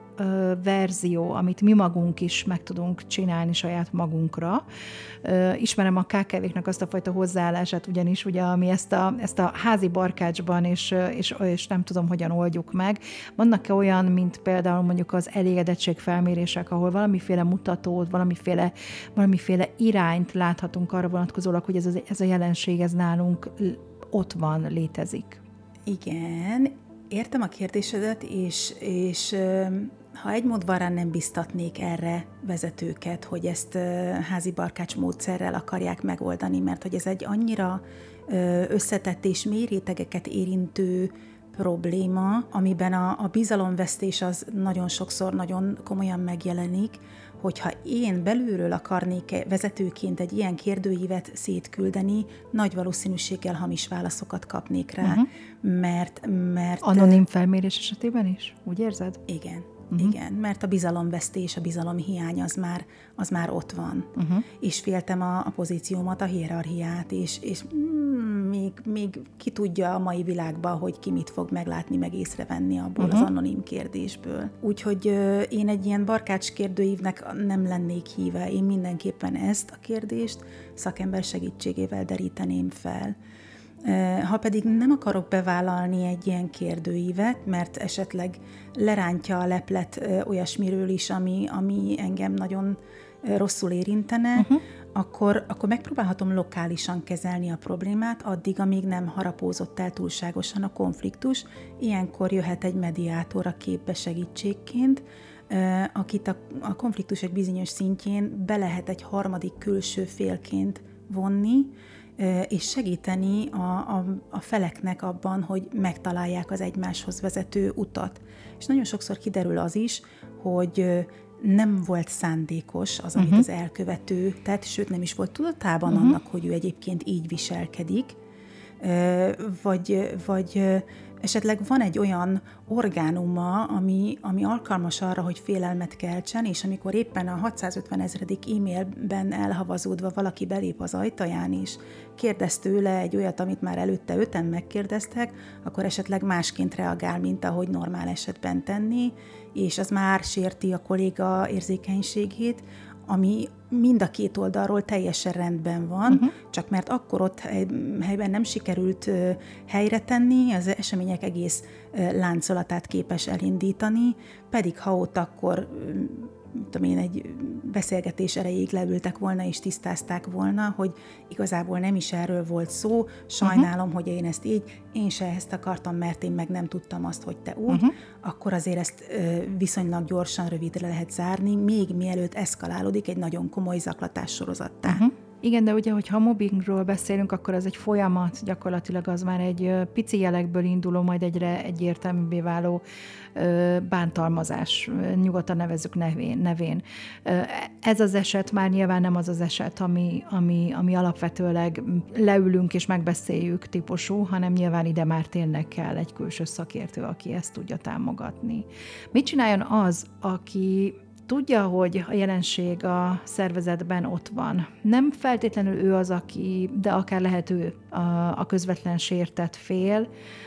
verzió, amit mi magunk is meg tudunk csinálni saját magunkra? Ismerem a KKV-knak azt a fajta hozzáállását, ugyanis ugye, ami ezt a házi barkácsban, és nem tudom, hogyan oldjuk meg. Vannak-e olyan, mint például mondjuk az elégedettségfelmérések, ahol valamiféle mutatót, valamiféle irányt láthatunk arra vonatkozólag, hogy ez a jelenség, ez nálunk ott van, létezik? Igen, értem a kérdésedet, és ha egy módvarán nem biztatnék erre vezetőket, hogy ezt házi barkács módszerrel akarják megoldani, mert hogy ez egy annyira összetett és mély rétegeket érintő probléma, amiben a bizalomvesztés az nagyon sokszor nagyon komolyan megjelenik, hogyha én belülről akarnék vezetőként egy ilyen kérdőívet szétküldeni, nagy valószínűséggel hamis válaszokat kapnék rá, mert... Anonim felmérés esetében is? Úgy érzed? Igen. Igen, mert a bizalomvesztés, a bizalomhiány az már ott van. És féltem a pozíciómat, a hierarchiát, és még ki tudja a mai világban, hogy ki mit fog meglátni, meg észrevenni abból az anonim kérdésből. Úgyhogy én egy ilyen barkács kérdőívnek nem lennék híve. Én mindenképpen ezt a kérdést szakember segítségével deríteném fel. Ha pedig nem akarok bevállalni egy ilyen kérdőívet, mert esetleg lerántja a leplet olyasmiről is, ami engem nagyon rosszul érintene, akkor megpróbálhatom lokálisan kezelni a problémát, addig, amíg nem harapózott el túlságosan a konfliktus. Ilyenkor jöhet egy mediátor a képbe segítségként, akit a konfliktus egy bizonyos szintjén be lehet egy harmadik külső félként vonni, és segíteni a feleknek abban, hogy megtalálják az egymáshoz vezető utat. És nagyon sokszor kiderül az is, hogy nem volt szándékos az, amit az elkövető tett, sőt nem is volt tudatában annak, hogy ő egyébként így viselkedik, vagy esetleg van egy olyan orgánuma, ami alkalmas arra, hogy félelmet keltsen, és amikor éppen a 650 000. e-mailben elhavazódva valaki belép az ajtaján is, kérdez tőle egy olyat, amit már előtte 5-en megkérdeztek, akkor esetleg másként reagál, mint ahogy normál esetben tenni, és az már sérti a kolléga érzékenységét, ami mind a két oldalról teljesen rendben van, csak mert akkor ott helyben nem sikerült helyre tenni, az események egész láncolatát képes elindítani, pedig ha ott akkor egy beszélgetés erejéig leültek volna és tisztázták volna, hogy igazából nem is erről volt szó, sajnálom, hogy én se ezt akartam, mert én meg nem tudtam azt, hogy te úgy, akkor azért ezt viszonylag gyorsan, rövidre lehet zárni, még mielőtt eszkalálódik egy nagyon komoly zaklatás sorozattá. Igen, de ugye, hogyha mobbingról beszélünk, akkor ez egy folyamat, gyakorlatilag az már egy pici jelekből induló, majd egyre egyértelműbbé váló bántalmazás, nyugodtan nevezzük nevén. Ez az eset már nyilván nem az az eset, ami alapvetőleg leülünk és megbeszéljük típusú, hanem nyilván ide már tényleg kell egy külső szakértő, aki ezt tudja támogatni. Mit csináljon az, aki tudja, hogy a jelenség a szervezetben ott van. Nem feltétlenül ő az, aki, de akár lehet ő a közvetlen sértett fél,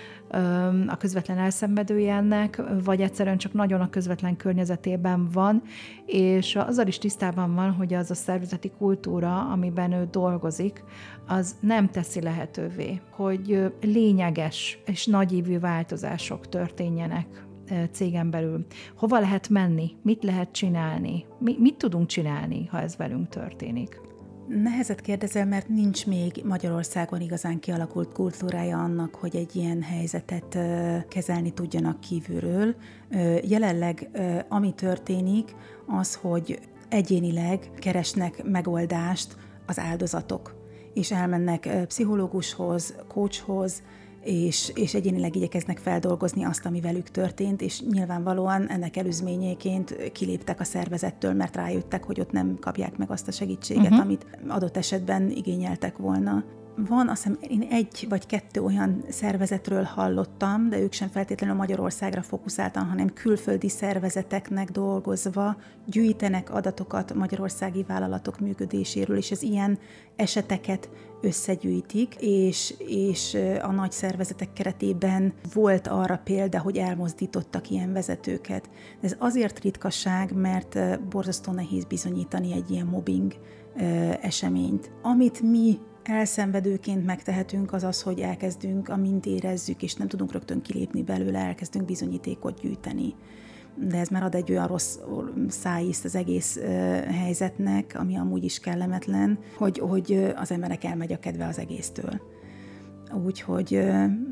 a közvetlen elszenvedője ennek, vagy egyszerűen csak nagyon a közvetlen környezetében van, és azzal is tisztában van, hogy az a szervezeti kultúra, amiben ő dolgozik, az nem teszi lehetővé, hogy lényeges és nagyívű változások történjenek cégen belül. Hova lehet menni? Mit lehet csinálni? Mit tudunk csinálni, ha ez velünk történik? Nehezet kérdezel, mert nincs még Magyarországon igazán kialakult kultúrája annak, hogy egy ilyen helyzetet kezelni tudjanak kívülről. Jelenleg ami történik, az, hogy egyénileg keresnek megoldást az áldozatok, és elmennek pszichológushoz, coachhoz, és egyénileg igyekeznek feldolgozni azt, ami velük történt, és nyilvánvalóan ennek előzményeként kiléptek a szervezettől, mert rájöttek, hogy ott nem kapják meg azt a segítséget, amit adott esetben igényeltek volna. Van, azt hiszem, én 1 vagy 2 olyan szervezetről hallottam, de ők sem feltétlenül Magyarországra fókuszáltan, hanem külföldi szervezeteknek dolgozva gyűjtenek adatokat magyarországi vállalatok működéséről, és az ilyen eseteket összegyűjtik, és a nagy szervezetek keretében volt arra példa, hogy elmozdítottak ilyen vezetőket. Ez azért ritkaság, mert borzasztó nehéz bizonyítani egy ilyen mobbing eseményt. Amit mi elszenvedőként megtehetünk, az az, hogy elkezdünk, amint érezzük, és nem tudunk rögtön kilépni belőle, elkezdünk bizonyítékot gyűjteni. De ez már ad egy olyan rossz szájízt az egész helyzetnek, ami amúgy is kellemetlen, hogy az emberek elmegy a kedve az egésztől. Úgyhogy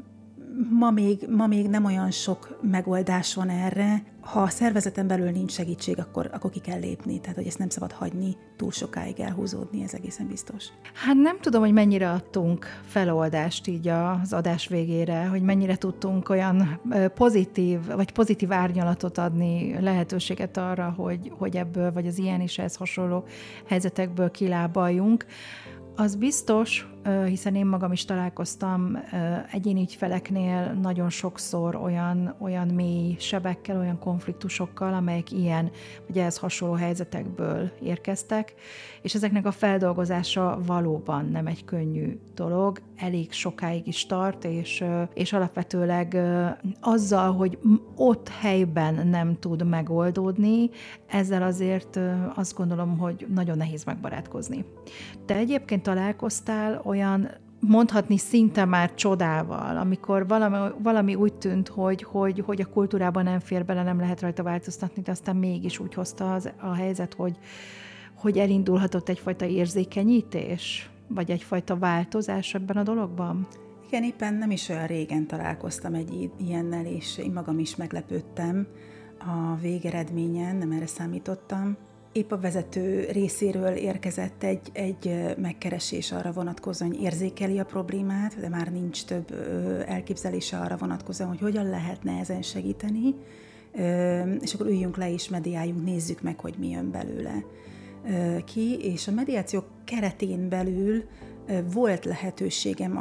ma még nem olyan sok megoldás van erre. Ha a szervezeten belül nincs segítség, akkor ki kell lépni. Tehát, hogy ezt nem szabad hagyni túl sokáig elhúzódni, ez egészen biztos. Hát nem tudom, hogy mennyire adtunk feloldást így az adás végére, hogy mennyire tudtunk olyan pozitív árnyalatot adni, lehetőséget arra, hogy ebből, vagy az ilyen és ehhez hasonló helyzetekből kilábaljunk. Az biztos, hiszen én magam is találkoztam egyéni ügyfeleknél nagyon sokszor olyan mély sebekkel, olyan konfliktusokkal, amelyek ilyen, vagy ehhez hasonló helyzetekből érkeztek, és ezeknek a feldolgozása valóban nem egy könnyű dolog, elég sokáig is tart, és alapvetőleg azzal, hogy ott helyben nem tud megoldódni, ezzel azért azt gondolom, hogy nagyon nehéz megbarátkozni. Te egyébként találkoztál olyan, mondhatni szinte már csodával, amikor valami úgy tűnt, hogy a kultúrában nem fér bele, nem lehet rajta változtatni, de aztán mégis úgy hozta a helyzet, hogy elindulhatott egyfajta érzékenyítés, vagy egyfajta változás ebben a dologban? Igen, éppen nem is olyan régen találkoztam egy ilyennel, és én magam is meglepődtem a végeredményen, nem erre számítottam. Épp a vezető részéről érkezett egy megkeresés arra vonatkozóan, hogy érzékeli a problémát, de már nincs több elképzelése arra vonatkozóan, hogy hogyan lehetne ezen segíteni, és akkor üljünk le és mediáljunk, nézzük meg, hogy mi jön belőle ki, és a mediáció keretén belül volt lehetőségem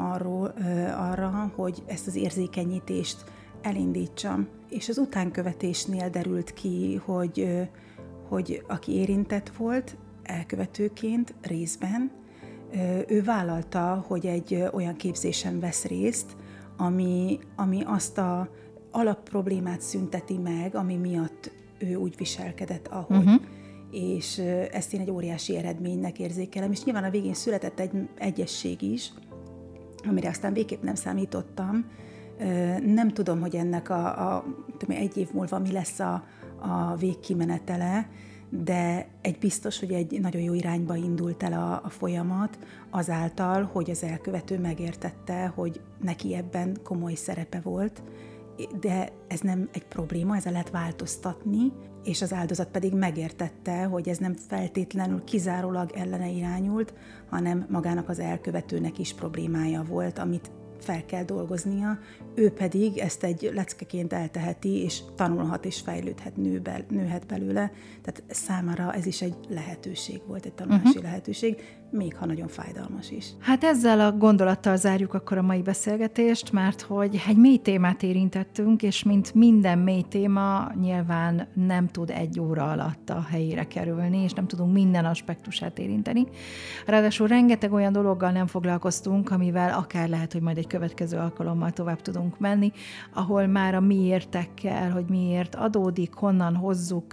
arra, hogy ezt az érzékenyítést elindítsam. És az utánkövetésnél derült ki, hogy aki érintett volt elkövetőként részben, ő vállalta, hogy egy olyan képzésen vesz részt, ami azt a alapproblémát szünteti meg, ami miatt ő úgy viselkedett, ahogy. Uh-huh. És ezt én egy óriási eredménynek érzékelem, és nyilván a végén született egy egyesség is, amire aztán végképp nem számítottam. Nem tudom, hogy ennek egy év múlva mi lesz a végkimenetele, de egy biztos, hogy egy nagyon jó irányba indult el a folyamat, azáltal, hogy az elkövető megértette, hogy neki ebben komoly szerepe volt, de ez nem egy probléma, ezzel lehet változtatni, és az áldozat pedig megértette, hogy ez nem feltétlenül kizárólag ellene irányult, hanem magának az elkövetőnek is problémája volt, amit fel kell dolgoznia, ő pedig ezt egy leckeként elteheti, és tanulhat és fejlődhet, nőhet belőle. Tehát számára ez is egy lehetőség volt, egy tanulási lehetőség, még ha nagyon fájdalmas is. Hát ezzel a gondolattal zárjuk akkor a mai beszélgetést, mert hogy egy mély témát érintettünk, és mint minden mély téma, nyilván nem tud egy óra alatt a helyére kerülni, és nem tudunk minden aspektusát érinteni. Ráadásul rengeteg olyan dologgal nem foglalkoztunk, amivel akár lehet, hogy majd egy következő alkalommal tovább tudunk menni, ahol már a miértekkel, hogy miért adódik, honnan hozzuk,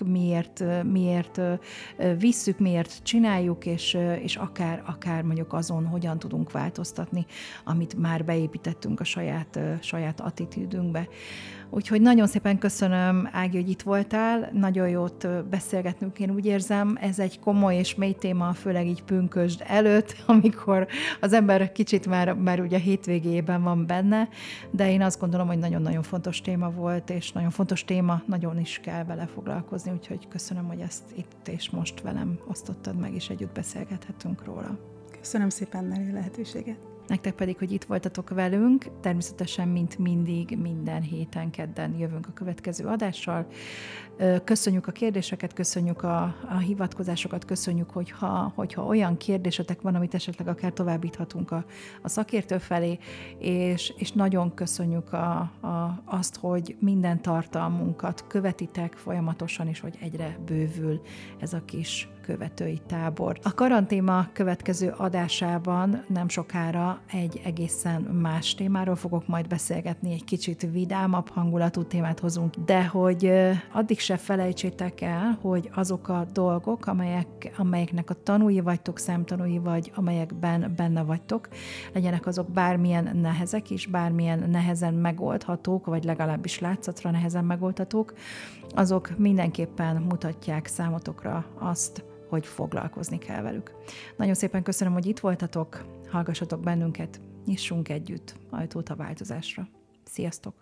miért visszük, miért csináljuk, és akár mondjuk azon, hogyan tudunk változtatni, amit már beépítettünk a saját attitűdünkbe. Úgyhogy nagyon szépen köszönöm, Ági, hogy itt voltál, nagyon jót beszélgetnünk, én úgy érzem, ez egy komoly és mély téma, főleg így pünkösd előtt, amikor az ember kicsit már ugye a hétvégében van benne, de én azt gondolom, hogy nagyon-nagyon fontos téma volt, és nagyon fontos téma, nagyon is kell vele foglalkozni, úgyhogy köszönöm, hogy ezt itt és most velem osztottad meg, és együtt beszélgethetünk róla. Köszönöm szépen, Nelly, a lehetőséget. Nektek pedig, hogy itt voltatok velünk, természetesen, mint mindig, minden héten, kedden jövünk a következő adással. Köszönjük a kérdéseket, köszönjük a hivatkozásokat, köszönjük, hogyha olyan kérdésetek van, amit esetleg akár továbbíthatunk a szakértő felé, és nagyon köszönjük azt, hogy minden tartalmunkat követitek folyamatosan, és hogy egyre bővül ez a kis követői tábor. A Karantéma következő adásában nem sokára egy egészen más témáról fogok majd beszélgetni, egy kicsit vidámabb hangulatú témát hozunk, de hogy addig se felejtsétek el, hogy azok a dolgok, amelyeknek a tanúi vagytok, szemtanúi vagy, amelyekben benne vagytok, legyenek azok bármilyen nehezek is, bármilyen nehezen megoldhatók, vagy legalábbis látszatra nehezen megoldhatók, azok mindenképpen mutatják számotokra azt, hogy foglalkozni kell velük. Nagyon szépen köszönöm, hogy itt voltatok, hallgassatok bennünket, nyissunk együtt ajtót a változásra. Sziasztok!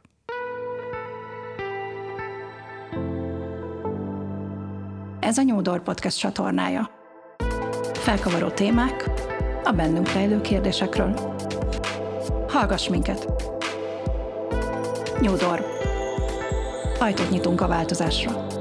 Ez a New Door Podcast csatornája. Felkavaró témák a bennünk rejlő kérdésekről. Hallgass minket! New Door. Ajtót nyitunk a változásra.